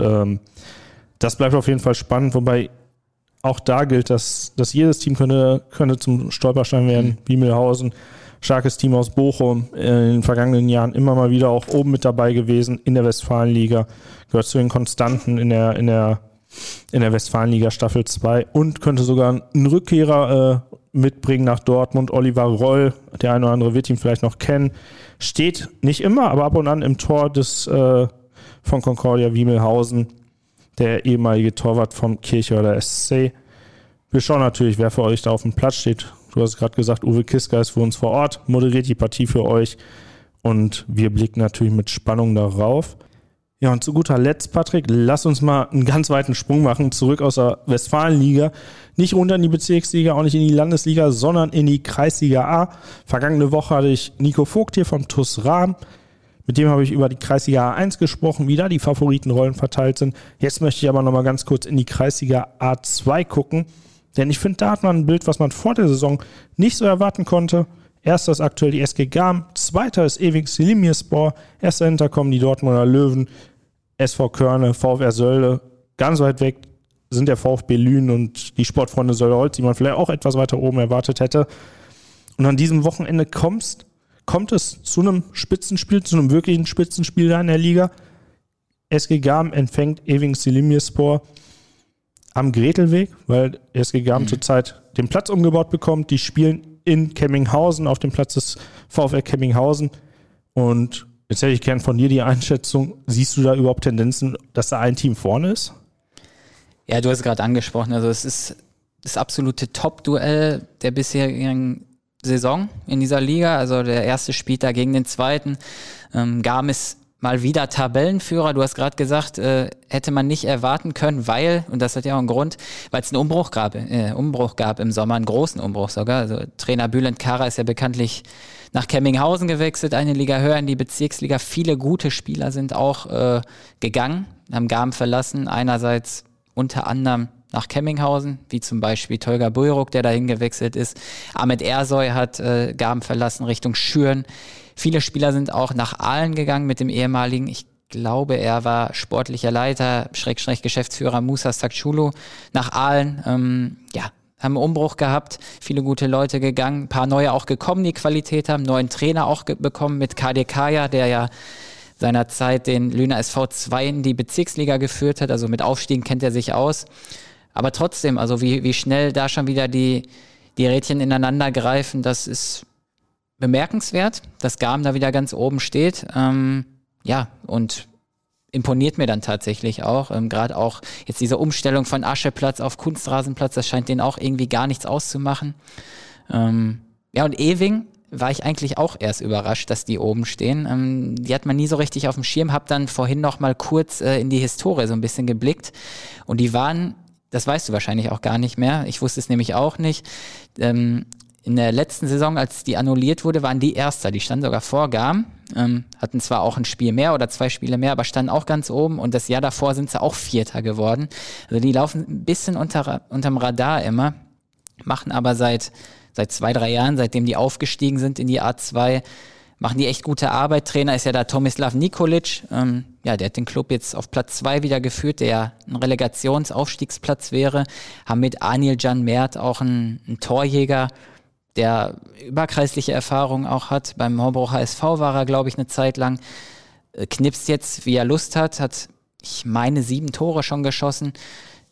das bleibt auf jeden Fall spannend, wobei auch da gilt, dass jedes Team könnte zum Stolperstein werden. Wiemelhausen, starkes Team aus Bochum, in den vergangenen Jahren immer mal wieder auch oben mit dabei gewesen in der Westfalenliga, gehört zu den Konstanten in der Westfalenliga Staffel 2 und könnte sogar einen Rückkehrer mitbringen nach Dortmund. Oliver Roll, der eine oder andere wird ihn vielleicht noch kennen, steht nicht immer, aber ab und an im Tor von Concordia Wiemelhausen, der ehemalige Torwart vom Kirchhörder SC. Wir schauen natürlich, wer für euch da auf dem Platz steht. Du hast gerade gesagt, Uwe Kiska ist für uns vor Ort, moderiert die Partie für euch und wir blicken natürlich mit Spannung darauf. Ja, und zu guter Letzt, Patrick, lass uns mal einen ganz weiten Sprung machen, zurück aus der Westfalenliga. Nicht runter in die Bezirksliga, auch nicht in die Landesliga, sondern in die Kreisliga A. Vergangene Woche hatte ich Nico Vogt hier vom TuS Rahm. Mit dem habe ich über die Kreisliga A1 gesprochen, wie da die Favoritenrollen verteilt sind. Jetzt möchte ich aber nochmal ganz kurz in die Kreisliga A2 gucken. Denn ich finde, da hat man ein Bild, was man vor der Saison nicht so erwarten konnte. Erster ist aktuell die SG Garm, zweiter ist Ewing Selimierspor, erst dahinter kommen die Dortmunder Löwen, SV Körne, VfR Sölde. Ganz weit weg sind der VfB Lünen und die Sportfreunde Sölde-Holz, die man vielleicht auch etwas weiter oben erwartet hätte. Und an diesem Wochenende kommt es zu einem Spitzenspiel, zu einem wirklichen Spitzenspiel da in der Liga. SG Garm empfängt Ewing Selimierspor am Gretelweg, weil SG Garm zurzeit den Platz umgebaut bekommt. Die spielen in Kemminghausen auf dem Platz des VfR Kemminghausen. Und jetzt hätte ich gern von dir die Einschätzung. Siehst du da überhaupt Tendenzen, dass da ein Team vorne ist? Ja, du hast es gerade angesprochen. Also es ist das absolute Top-Duell der bisherigen Saison in dieser Liga. Also der erste spielt da gegen den zweiten. Garm ist mal wieder Tabellenführer. Du hast gerade gesagt, hätte man nicht erwarten können, weil, und das hat ja auch einen Grund, weil es einen Umbruch gab im Sommer, einen großen Umbruch sogar. Also Trainer Bülent Kara ist ja bekanntlich nach Kemminghausen gewechselt, eine Liga höher in die Bezirksliga. Viele gute Spieler sind auch gegangen, haben Garm verlassen. Einerseits unter anderem nach Kemminghausen, wie zum Beispiel Tolga Bujruk, der dahin gewechselt ist. Ahmed Ersoy hat Garm verlassen Richtung Schüren. Viele Spieler sind auch nach Aalen gegangen mit dem ehemaligen, ich glaube, er war sportlicher Leiter, / Geschäftsführer Musa Sakçulu nach Aalen. Haben einen Umbruch gehabt, viele gute Leute gegangen, ein paar neue auch gekommen, die Qualität haben, neuen Trainer auch bekommen mit Kadir Kaya, der ja seinerzeit den Lüner SV 2 in die Bezirksliga geführt hat, also mit Aufstiegen kennt er sich aus. Aber trotzdem, also wie schnell da schon wieder die Rädchen ineinander greifen, das ist bemerkenswert, dass Garm da wieder ganz oben steht. Und imponiert mir dann tatsächlich auch. Gerade auch jetzt diese Umstellung von Ascheplatz auf Kunstrasenplatz, das scheint denen auch irgendwie gar nichts auszumachen. Und Ewing war ich eigentlich auch erst überrascht, dass die oben stehen. Die hat man nie so richtig auf dem Schirm. Hab dann vorhin noch mal kurz in die Historie so ein bisschen geblickt. Und die waren, das weißt du wahrscheinlich auch gar nicht mehr, ich wusste es nämlich auch nicht, in der letzten Saison, als die annulliert wurde, waren die Erster. Die standen sogar vor Garm, hatten zwar auch ein Spiel mehr oder 2 Spiele mehr, aber standen auch ganz oben. Und das Jahr davor sind sie auch Vierter geworden. Also die laufen ein bisschen unterm Radar immer, machen aber seit 2-3 Jahren, seitdem die aufgestiegen sind in die A2, machen die echt gute Arbeit. Trainer ist ja da Tomislav Nikolic. Der hat den Club jetzt auf Platz 2 wieder geführt, der ja ein Relegationsaufstiegsplatz wäre. Haben mit Anil Can Mert auch einen Torjäger, der überkreisliche Erfahrung auch hat. Beim Horbruch HSV war er, glaube ich, eine Zeit lang. Knipst jetzt, wie er Lust hat, ich meine 7 Tore schon geschossen.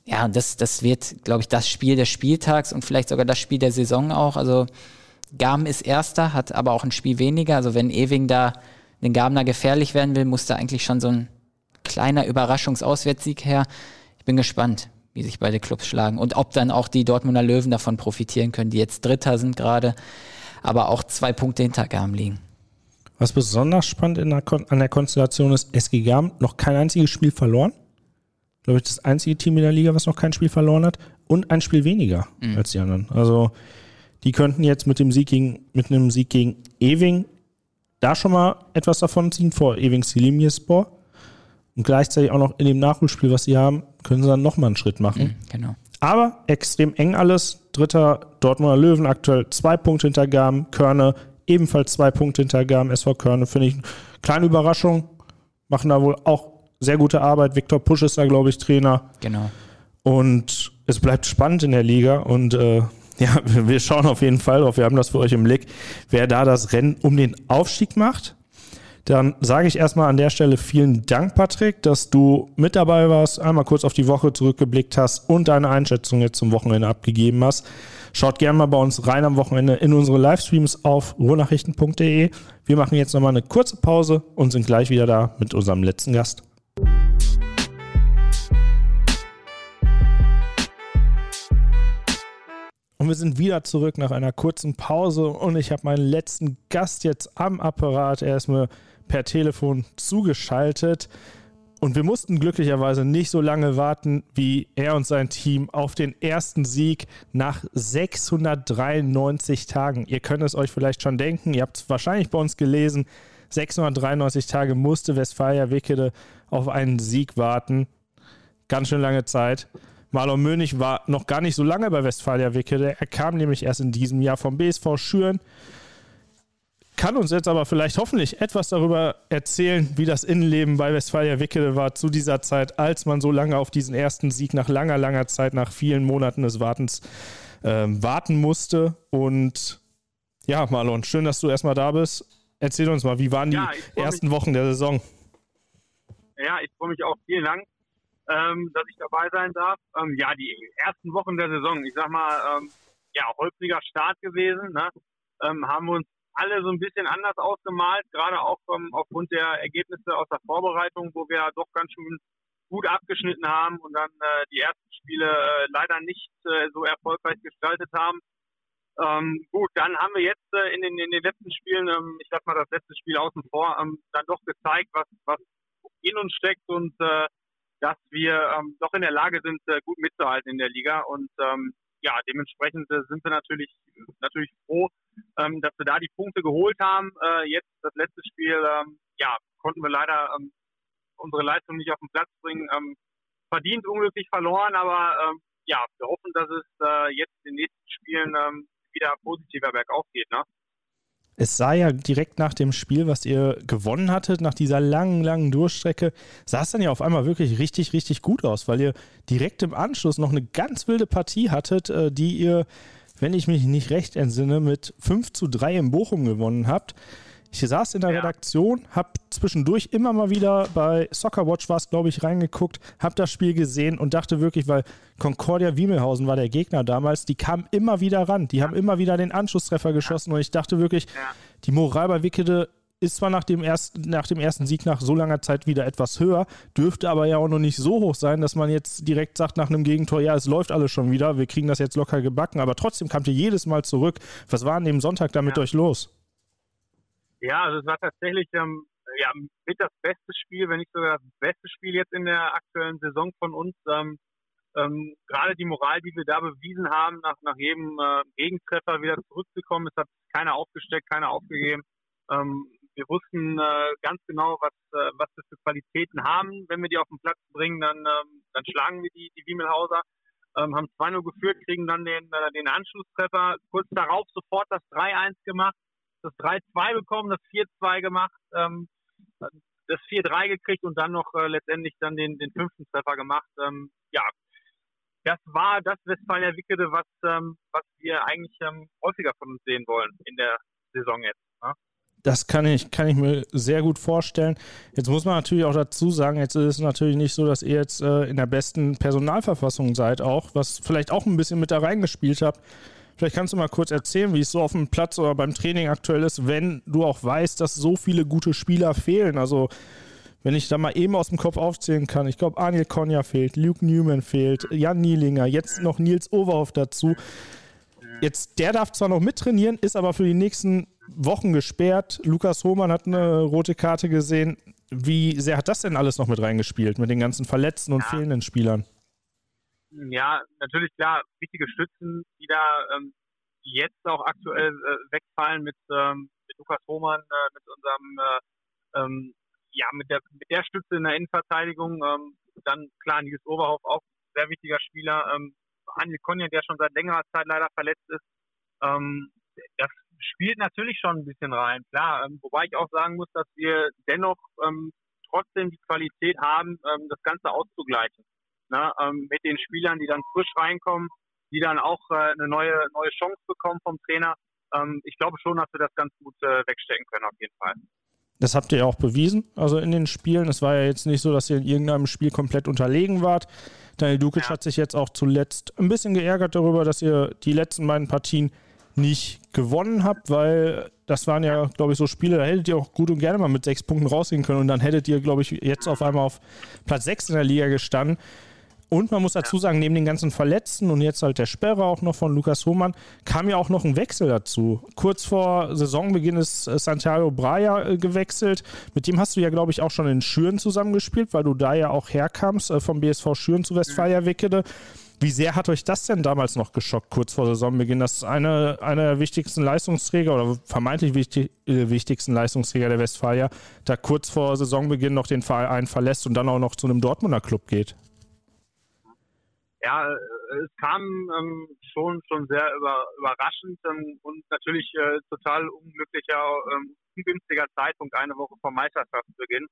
Ja, und das wird, glaube ich, das Spiel des Spieltags und vielleicht sogar das Spiel der Saison auch. Also Garm ist Erster, hat aber auch ein Spiel weniger. Also wenn Ewing da den Garmner gefährlich werden will, muss da eigentlich schon so ein kleiner Überraschungsauswärtssieg her. Ich bin gespannt, wie sich beide Clubs schlagen und ob dann auch die Dortmunder Löwen davon profitieren können, die jetzt Dritter sind gerade, aber auch 2 Punkte hinter Garm liegen. Was besonders spannend an der Konstellation ist, SG Garm noch kein einziges Spiel verloren. Glaube ich, das einzige Team in der Liga, was noch kein Spiel verloren hat und ein Spiel weniger als die anderen. Also die könnten jetzt mit einem Sieg gegen Ewing da schon mal etwas davon ziehen vor Ewing Selimiyespor und gleichzeitig auch noch in dem Nachholspiel, was sie haben, können sie dann nochmal einen Schritt machen. Genau. Aber extrem eng alles. Dritter Dortmunder Löwen aktuell 2 Punkte hinter Garm, Körne ebenfalls 2 Punkte hinter Garm, SV Körne. Finde ich eine kleine Überraschung. Machen da wohl auch sehr gute Arbeit. Viktor Pusch ist da, glaube ich, Trainer. Genau. Und es bleibt spannend in der Liga. Und wir schauen auf jeden Fall drauf. Wir haben das für euch im Blick, wer da das Rennen um den Aufstieg macht. Dann sage ich erstmal an der Stelle vielen Dank, Patrick, dass du mit dabei warst, einmal kurz auf die Woche zurückgeblickt hast und deine Einschätzung jetzt zum Wochenende abgegeben hast. Schaut gerne mal bei uns rein am Wochenende in unsere Livestreams auf ruhrnachrichten.de. Wir machen jetzt nochmal eine kurze Pause und sind gleich wieder da mit unserem letzten Gast. Und wir sind wieder zurück nach einer kurzen Pause und ich habe meinen letzten Gast jetzt am Apparat. Er ist mir per Telefon zugeschaltet und wir mussten glücklicherweise nicht so lange warten wie er und sein Team auf den ersten Sieg nach 693 Tagen. Ihr könnt es euch vielleicht schon denken, ihr habt es wahrscheinlich bei uns gelesen, 693 Tage musste Westfalia Wickede auf einen Sieg warten. Ganz schön lange Zeit. Marlon Mönig war noch gar nicht so lange bei Westfalia Wickede. Er kam nämlich erst in diesem Jahr vom BSV Schüren. Kann uns jetzt aber vielleicht hoffentlich etwas darüber erzählen, wie das Innenleben bei Westfalia Wickede war zu dieser Zeit, als man so lange auf diesen ersten Sieg nach langer Zeit, nach vielen Monaten des Wartens warten musste. Und ja, Marlon, schön, dass du erstmal da bist. Erzähl uns mal, wie waren die ersten Wochen der Saison? Ja, ich freue mich auch. Vielen Dank, dass ich dabei sein darf. Die ersten Wochen der Saison, ich sag mal, holpriger Start gewesen, ne? Haben wir uns alle so ein bisschen anders ausgemalt, gerade auch aufgrund der Ergebnisse aus der Vorbereitung, wo wir doch ganz schön gut abgeschnitten haben und dann die ersten Spiele leider nicht so erfolgreich gestaltet haben. Gut, dann haben wir jetzt in den letzten Spielen, ich sag mal das letzte Spiel außen vor, dann doch gezeigt, was in uns steckt und dass wir doch in der Lage sind, gut mitzuhalten in der Liga. Und dementsprechend sind wir natürlich froh, dass wir da die Punkte geholt haben. Jetzt das letzte Spiel, konnten wir leider unsere Leistung nicht auf den Platz bringen. Verdient unglücklich verloren, aber wir hoffen, dass es jetzt in den nächsten Spielen wieder positiver bergauf geht, ne? Es sah ja direkt nach dem Spiel, was ihr gewonnen hattet, nach dieser langen Durchstrecke, sah es dann ja auf einmal wirklich richtig gut aus, weil ihr direkt im Anschluss noch eine ganz wilde Partie hattet, die ihr, wenn ich mich nicht recht entsinne, mit 5:3 in Bochum gewonnen habt. Ich saß in der Redaktion, habe zwischendurch immer mal wieder bei Soccerwatch war es, glaube ich, reingeguckt, habe das Spiel gesehen und dachte wirklich, weil Concordia Wiemelhausen war der Gegner damals, die kamen immer wieder ran, die haben immer wieder den Anschlusstreffer geschossen und ich dachte wirklich, die Moral bei Wickede ist zwar nach dem ersten Sieg nach so langer Zeit wieder etwas höher, dürfte aber ja auch noch nicht so hoch sein, dass man jetzt direkt sagt nach einem Gegentor, ja, es läuft alles schon wieder, wir kriegen das jetzt locker gebacken, aber trotzdem kamt ihr jedes Mal zurück. Was war an dem Sonntag da mit euch los? Ja, also es war tatsächlich mit das beste Spiel, wenn nicht sogar das beste Spiel jetzt in der aktuellen Saison von uns. Gerade die Moral, die wir da bewiesen haben, nach jedem Gegentreffer wieder zurückzukommen. Es hat keiner aufgesteckt, keiner aufgegeben. Wir wussten ganz genau, was wir für Qualitäten haben. Wenn wir die auf den Platz bringen, dann schlagen wir die Wiemelhauser. Haben 2-0 geführt, kriegen dann den Anschlusstreffer. Kurz darauf sofort das 3-1 gemacht. Das 3-2 bekommen, das 4-2 gemacht, das 4-3 gekriegt und dann noch letztendlich dann den 5. Treffer gemacht. Das war das Westfalia Wickede, was wir eigentlich häufiger von uns sehen wollen in der Saison jetzt. Ne? Das kann ich mir sehr gut vorstellen. Jetzt muss man natürlich auch dazu sagen, jetzt ist es natürlich nicht so, dass ihr jetzt in der besten Personalverfassung seid auch, was vielleicht auch ein bisschen mit da reingespielt habt. Vielleicht kannst du mal kurz erzählen, wie es so auf dem Platz oder beim Training aktuell ist, wenn du auch weißt, dass so viele gute Spieler fehlen. Also wenn ich da mal eben aus dem Kopf aufzählen kann, ich glaube, Aniel Konya fehlt, Luke Newman fehlt, Jan Nielinger, jetzt noch Nils Overhoff dazu. Jetzt, der darf zwar noch mittrainieren, ist aber für die nächsten Wochen gesperrt. Lukas Hohmann hat eine rote Karte gesehen. Wie sehr hat das denn alles noch mit reingespielt, mit den ganzen verletzten und fehlenden Spielern? Ja, natürlich, klar, wichtige Stützen, die da jetzt auch aktuell wegfallen mit Lukas Hohmann, mit unserem, mit der Stütze in der Innenverteidigung. Dann, klar, Nils Overhoff, auch sehr wichtiger Spieler. Aniel Konya, der schon seit längerer Zeit leider verletzt ist. Das spielt natürlich schon ein bisschen rein, klar. Wobei ich auch sagen muss, dass wir dennoch trotzdem die Qualität haben, das Ganze auszugleichen. Mit den Spielern, die dann frisch reinkommen, die dann auch eine neue Chance bekommen vom Trainer. Ich glaube schon, dass wir das ganz gut wegstecken können, auf jeden Fall. Das habt ihr ja auch bewiesen, also in den Spielen. Es war ja jetzt nicht so, dass ihr in irgendeinem Spiel komplett unterlegen wart. Daniel Dukic hat sich jetzt auch zuletzt ein bisschen geärgert darüber, dass ihr die letzten beiden Partien nicht gewonnen habt, weil das waren ja, glaube ich, so Spiele, da hättet ihr auch gut und gerne mal mit 6 Punkten rausgehen können und dann hättet ihr, glaube ich, jetzt auf einmal auf Platz 6 in der Liga gestanden. Und man muss dazu sagen, neben den ganzen Verletzten und jetzt halt der Sperre auch noch von Lukas Hohmann, kam ja auch noch ein Wechsel dazu. Kurz vor Saisonbeginn ist Santiago Braja gewechselt. Mit dem hast du ja, glaube ich, auch schon in Schüren zusammengespielt, weil du da ja auch herkamst, vom BSV Schüren zu Westfalia Wickede. Wie sehr hat euch das denn damals noch geschockt, kurz vor Saisonbeginn, dass einer der wichtigsten Leistungsträger oder vermeintlich wichtigsten Leistungsträger der Westfalia da kurz vor Saisonbeginn noch den Verein verlässt und dann auch noch zu einem Dortmunder Club geht? Ja, es kam schon sehr überraschend und natürlich total unglücklicher, ungünstiger Zeitpunkt, eine Woche vor Meisterschaftsbeginn.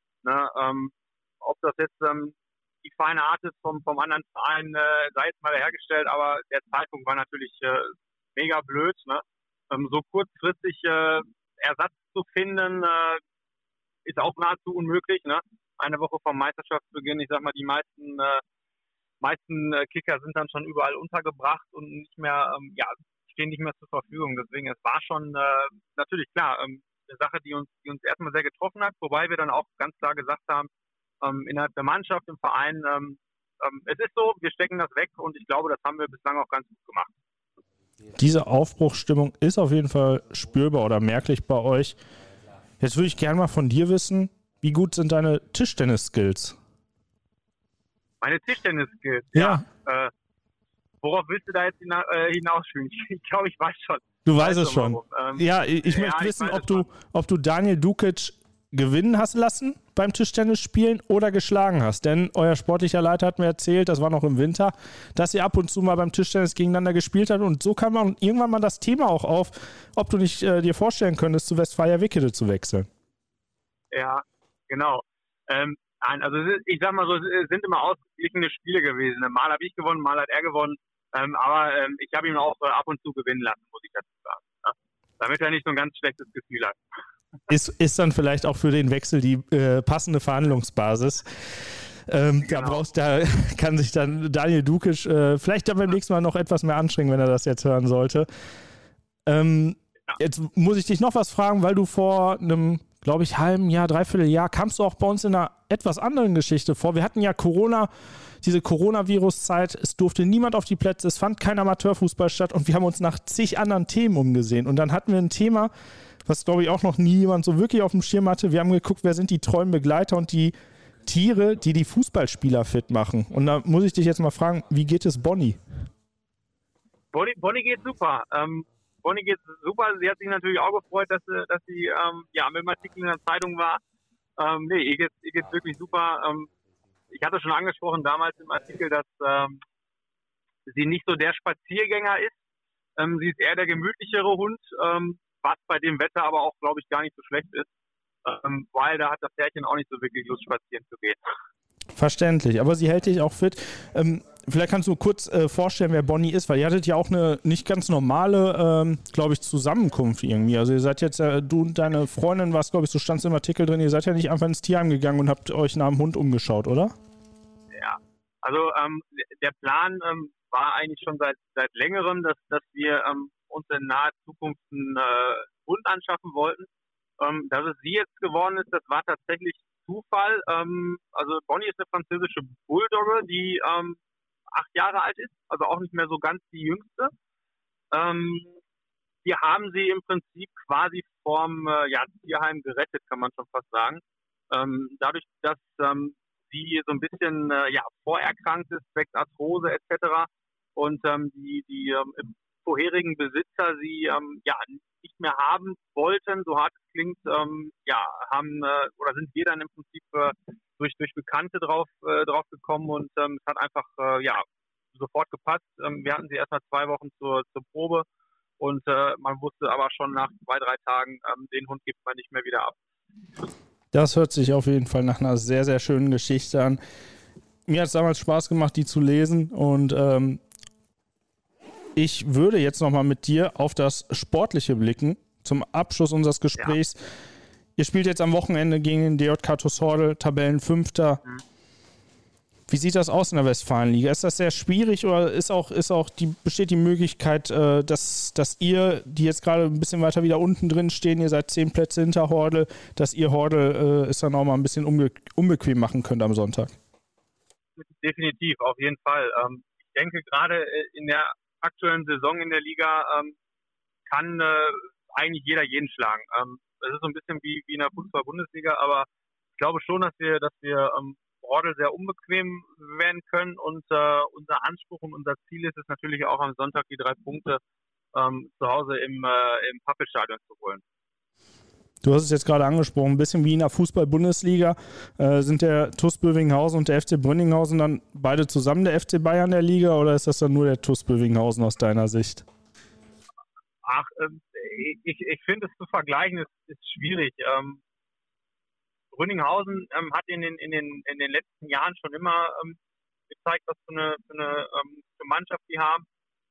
Ob das jetzt die feine Art ist vom anderen Verein, sei jetzt mal hergestellt, aber der Zeitpunkt war natürlich mega blöd. So kurzfristig Ersatz zu finden, ist auch nahezu unmöglich. Eine Woche vom Meisterschaftsbeginn, ich sag mal, die meisten Kicker sind dann schon überall untergebracht und nicht mehr, stehen nicht mehr zur Verfügung. Deswegen, es war schon natürlich klar, eine Sache, die uns erstmal sehr getroffen hat, wobei wir dann auch ganz klar gesagt haben, innerhalb der Mannschaft, im Verein, es ist so, wir stecken das weg und ich glaube, das haben wir bislang auch ganz gut gemacht. Diese Aufbruchsstimmung ist auf jeden Fall spürbar oder merklich bei euch. Jetzt würde ich gerne mal von dir wissen, wie gut sind deine Tischtennis-Skills? Meine Tischtennis-Skills? Ja. Worauf willst du da jetzt hinausführen? Ich glaube, ich weiß schon. Du weißt es schon. Ich möchte wissen, ob du Daniel Dukic gewinnen hast lassen beim Tischtennisspielen oder geschlagen hast. Denn euer sportlicher Leiter hat mir erzählt, das war noch im Winter, dass ihr ab und zu mal beim Tischtennis gegeneinander gespielt habt. Und so kam man irgendwann mal das Thema auch auf, ob du nicht dir vorstellen könntest, zu Westfalia Wickede zu wechseln. Ja, genau. Also ich sag mal so, es sind immer ausgeglichene Spiele gewesen. Mal habe ich gewonnen, mal hat er gewonnen. Aber ich habe ihn auch ab und zu gewinnen lassen, muss ich dazu sagen. Damit er nicht so ein ganz schlechtes Gefühl hat. Ist dann vielleicht auch für den Wechsel die passende Verhandlungsbasis. Genau. Da kann sich dann Daniel Dukic vielleicht dann beim nächsten Mal noch etwas mehr anstrengen, wenn er das jetzt hören sollte. Jetzt muss ich dich noch was fragen, weil du vor einem, glaube ich, halben Jahr, dreiviertel Jahr kamst du auch bei uns in einer etwas anderen Geschichte vor. Wir hatten ja diese Coronavirus-Zeit, es durfte niemand auf die Plätze, es fand kein Amateurfußball statt und wir haben uns nach zig anderen Themen umgesehen. Und dann hatten wir ein Thema, was, glaube ich, auch noch nie jemand so wirklich auf dem Schirm hatte. Wir haben geguckt, wer sind die treuen Begleiter und die Tiere, die die Fußballspieler fit machen. Und da muss ich dich jetzt mal fragen, wie geht es Bonnie? Bonnie geht super. Bonnie geht super. Sie hat sich natürlich auch gefreut, dass sie mit dem Artikel in der Zeitung war. Ihr geht's wirklich super. Ich hatte schon angesprochen damals im Artikel, dass sie nicht so der Spaziergänger ist. Sie ist eher der gemütlichere Hund, was bei dem Wetter aber auch, glaube ich, gar nicht so schlecht ist. Weil da hat das Pärchen auch nicht so wirklich Lust, spazieren zu gehen. Verständlich, aber sie hält dich auch fit. vielleicht kannst du kurz vorstellen, wer Bonnie ist, weil ihr hattet ja auch eine nicht ganz normale, glaube ich, Zusammenkunft irgendwie. Also ihr seid jetzt, du und deine Freundin, was glaube ich, so stand es im Artikel drin, ihr seid ja nicht einfach ins Tierheim gegangen und habt euch nach dem Hund umgeschaut, oder? Ja, also der Plan war eigentlich schon seit längerem, dass wir uns in naher Zukunft einen Hund anschaffen wollten. Dass es sie jetzt geworden ist, das war tatsächlich Zufall. Also Bonnie ist eine französische Bulldogge, die 8 Jahre alt ist, also auch nicht mehr so ganz die jüngste. Wir haben sie im Prinzip quasi vom Tierheim gerettet, kann man schon fast sagen. Dadurch, dass sie so ein bisschen vorerkrankt ist, zwecks Arthrose etc. Und die vorherigen Besitzer sie nicht mehr haben wollten, so hart es klingt, sind wir dann im Prinzip durch Bekannte drauf gekommen und es hat einfach sofort gepasst. Wir hatten sie erstmal 2 Wochen zur Probe und man wusste aber schon nach 2, 3 Tagen, den Hund gibt man nicht mehr wieder ab. Das hört sich auf jeden Fall nach einer sehr, sehr schönen Geschichte an. Mir hat es damals Spaß gemacht, die zu lesen und ich würde jetzt nochmal mit dir auf das Sportliche blicken, zum Abschluss unseres Gesprächs. Ja. Ihr spielt jetzt am Wochenende gegen den DJK TuS-Hordel, Tabellenfünfter. Wie sieht das aus in der Westfalenliga? Ist das sehr schwierig oder besteht die Möglichkeit, dass ihr, die jetzt gerade ein bisschen weiter wieder unten drin stehen, ihr seid 10 Plätze hinter Hordel, dass ihr Hordel es dann auch mal ein bisschen unbequem machen könnt am Sonntag? Definitiv, auf jeden Fall. Ich denke, gerade in der aktuellen Saison in der Liga kann eigentlich jeder jeden schlagen. Es ist so ein bisschen wie in der Fußball-Bundesliga, aber ich glaube schon, dass wir Hordel sehr unbequem werden können und unser Anspruch und unser Ziel ist es natürlich auch am Sonntag die 3 Punkte zu Hause im Pappelstadion zu holen. Du hast es jetzt gerade angesprochen, ein bisschen wie in der Fußball-Bundesliga. Sind der TuS Bövinghausen und der FC Brünninghausen dann beide zusammen der FC Bayern der Liga oder ist das dann nur der TuS Bövinghausen aus deiner Sicht? Ach, ich finde es zu vergleichen, ist schwierig. Brünninghausen hat in den letzten Jahren schon immer gezeigt, was für eine Mannschaft die haben.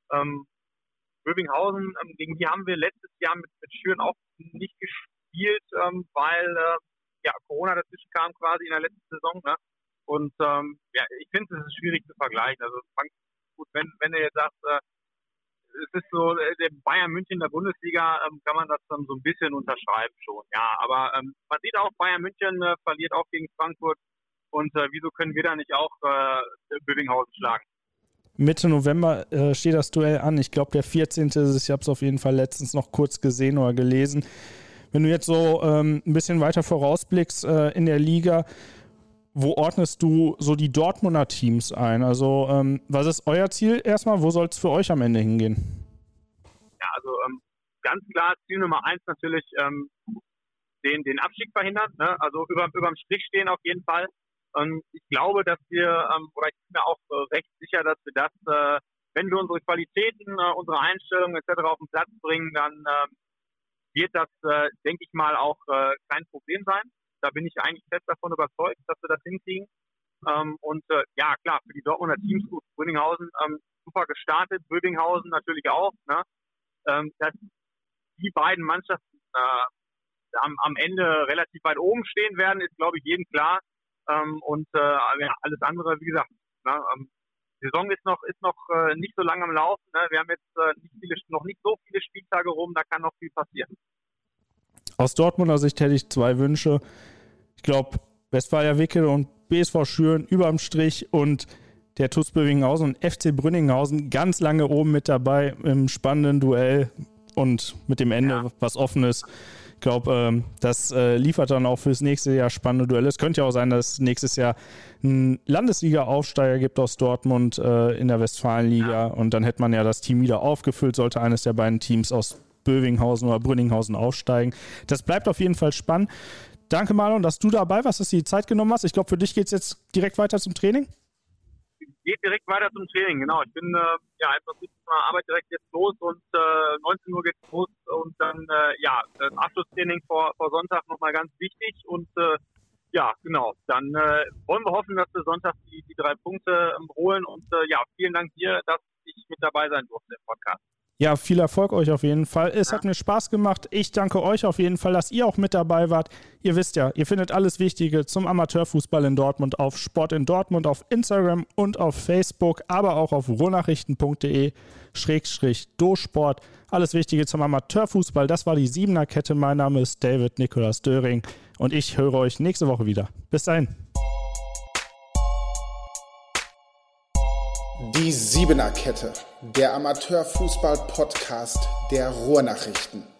Bövinghausen, gegen die haben wir letztes Jahr mit Schüren auch nicht gespielt, weil Corona dazwischen kam quasi in der letzten Saison. Ne? Und ich finde, es ist schwierig zu vergleichen. Also gut, wenn du jetzt sagst, es ist so der Bayern München der Bundesliga, kann man das dann so ein bisschen unterschreiben schon. Ja, aber man sieht auch, Bayern München verliert auch gegen Frankfurt. Und wieso können wir da nicht auch Bövinghausen schlagen? Mitte November steht das Duell an. Ich glaube, der 14. ist es. Ich habe es auf jeden Fall letztens noch kurz gesehen oder gelesen. Wenn du jetzt so ein bisschen weiter vorausblickst in der Liga, wo ordnest du so die Dortmunder Teams ein? Also was ist euer Ziel erstmal? Wo soll es für euch am Ende hingehen? Ja, also ganz klar Ziel Nummer 1 natürlich den Abstieg verhindern. Ne? Also überm Strich stehen auf jeden Fall. Ich glaube, dass ich bin mir auch recht sicher, dass wir das, wenn wir unsere Qualitäten, unsere Einstellungen etc. auf den Platz bringen, dann wird das, denke ich mal, auch kein Problem sein. Da bin ich eigentlich fest davon überzeugt, dass wir das hinkriegen. Klar, für die Dortmunder Teams gut. Brünninghausen super gestartet, Bövinghausen natürlich auch. Ne? Dass die beiden Mannschaften am Ende relativ weit oben stehen werden, ist, glaube ich, jedem klar. Alles andere, wie gesagt, ne? Die Saison ist noch nicht so lange am Laufen. Ne? Wir haben jetzt noch nicht so viele Spieltage rum, da kann noch viel passieren. Aus Dortmunder Sicht hätte ich 2 Wünsche. Ich glaube, Westfalia Wickede und BSV Schüren überm Strich und der TuS Bövinghausen und FC Brünninghausen ganz lange oben mit dabei im spannenden Duell und mit dem Ende, was offen ist. Ich glaube, das liefert dann auch fürs nächste Jahr spannende Duelle. Es könnte ja auch sein, dass es nächstes Jahr einen Landesliga-Aufsteiger gibt aus Dortmund in der Westfalenliga und dann hätte man ja das Team wieder aufgefüllt, sollte eines der beiden Teams aus Bövinghausen oder Brünninghausen aufsteigen. Das bleibt auf jeden Fall spannend. Danke, Marlon, dass du dabei warst, dass du die Zeit genommen hast. Ich glaube, für dich geht es jetzt direkt weiter zum Training? Geht direkt weiter zum Training, genau. Ich bin im Prinzip von der Arbeit direkt jetzt los und 19 Uhr geht's los und dann das Abschlusstraining vor Sonntag nochmal ganz wichtig und Ja, genau. Dann wollen wir hoffen, dass wir Sonntag die 3 Punkte holen. Und vielen Dank dir, dass ich mit dabei sein durfte im Podcast. Ja, viel Erfolg euch auf jeden Fall. Es hat mir Spaß gemacht. Ich danke euch auf jeden Fall, dass ihr auch mit dabei wart. Ihr wisst ja, ihr findet alles Wichtige zum Amateurfußball in Dortmund auf Sport in Dortmund, auf Instagram und auf Facebook, aber auch auf ruhrnachrichten.de/dosport. Alles Wichtige zum Amateurfußball. Das war die 7er Kette. Mein Name ist David Nikolaus Döring und ich höre euch nächste Woche wieder. Bis dahin. Die 7er Kette, der Amateurfußball-Podcast der Ruhrnachrichten.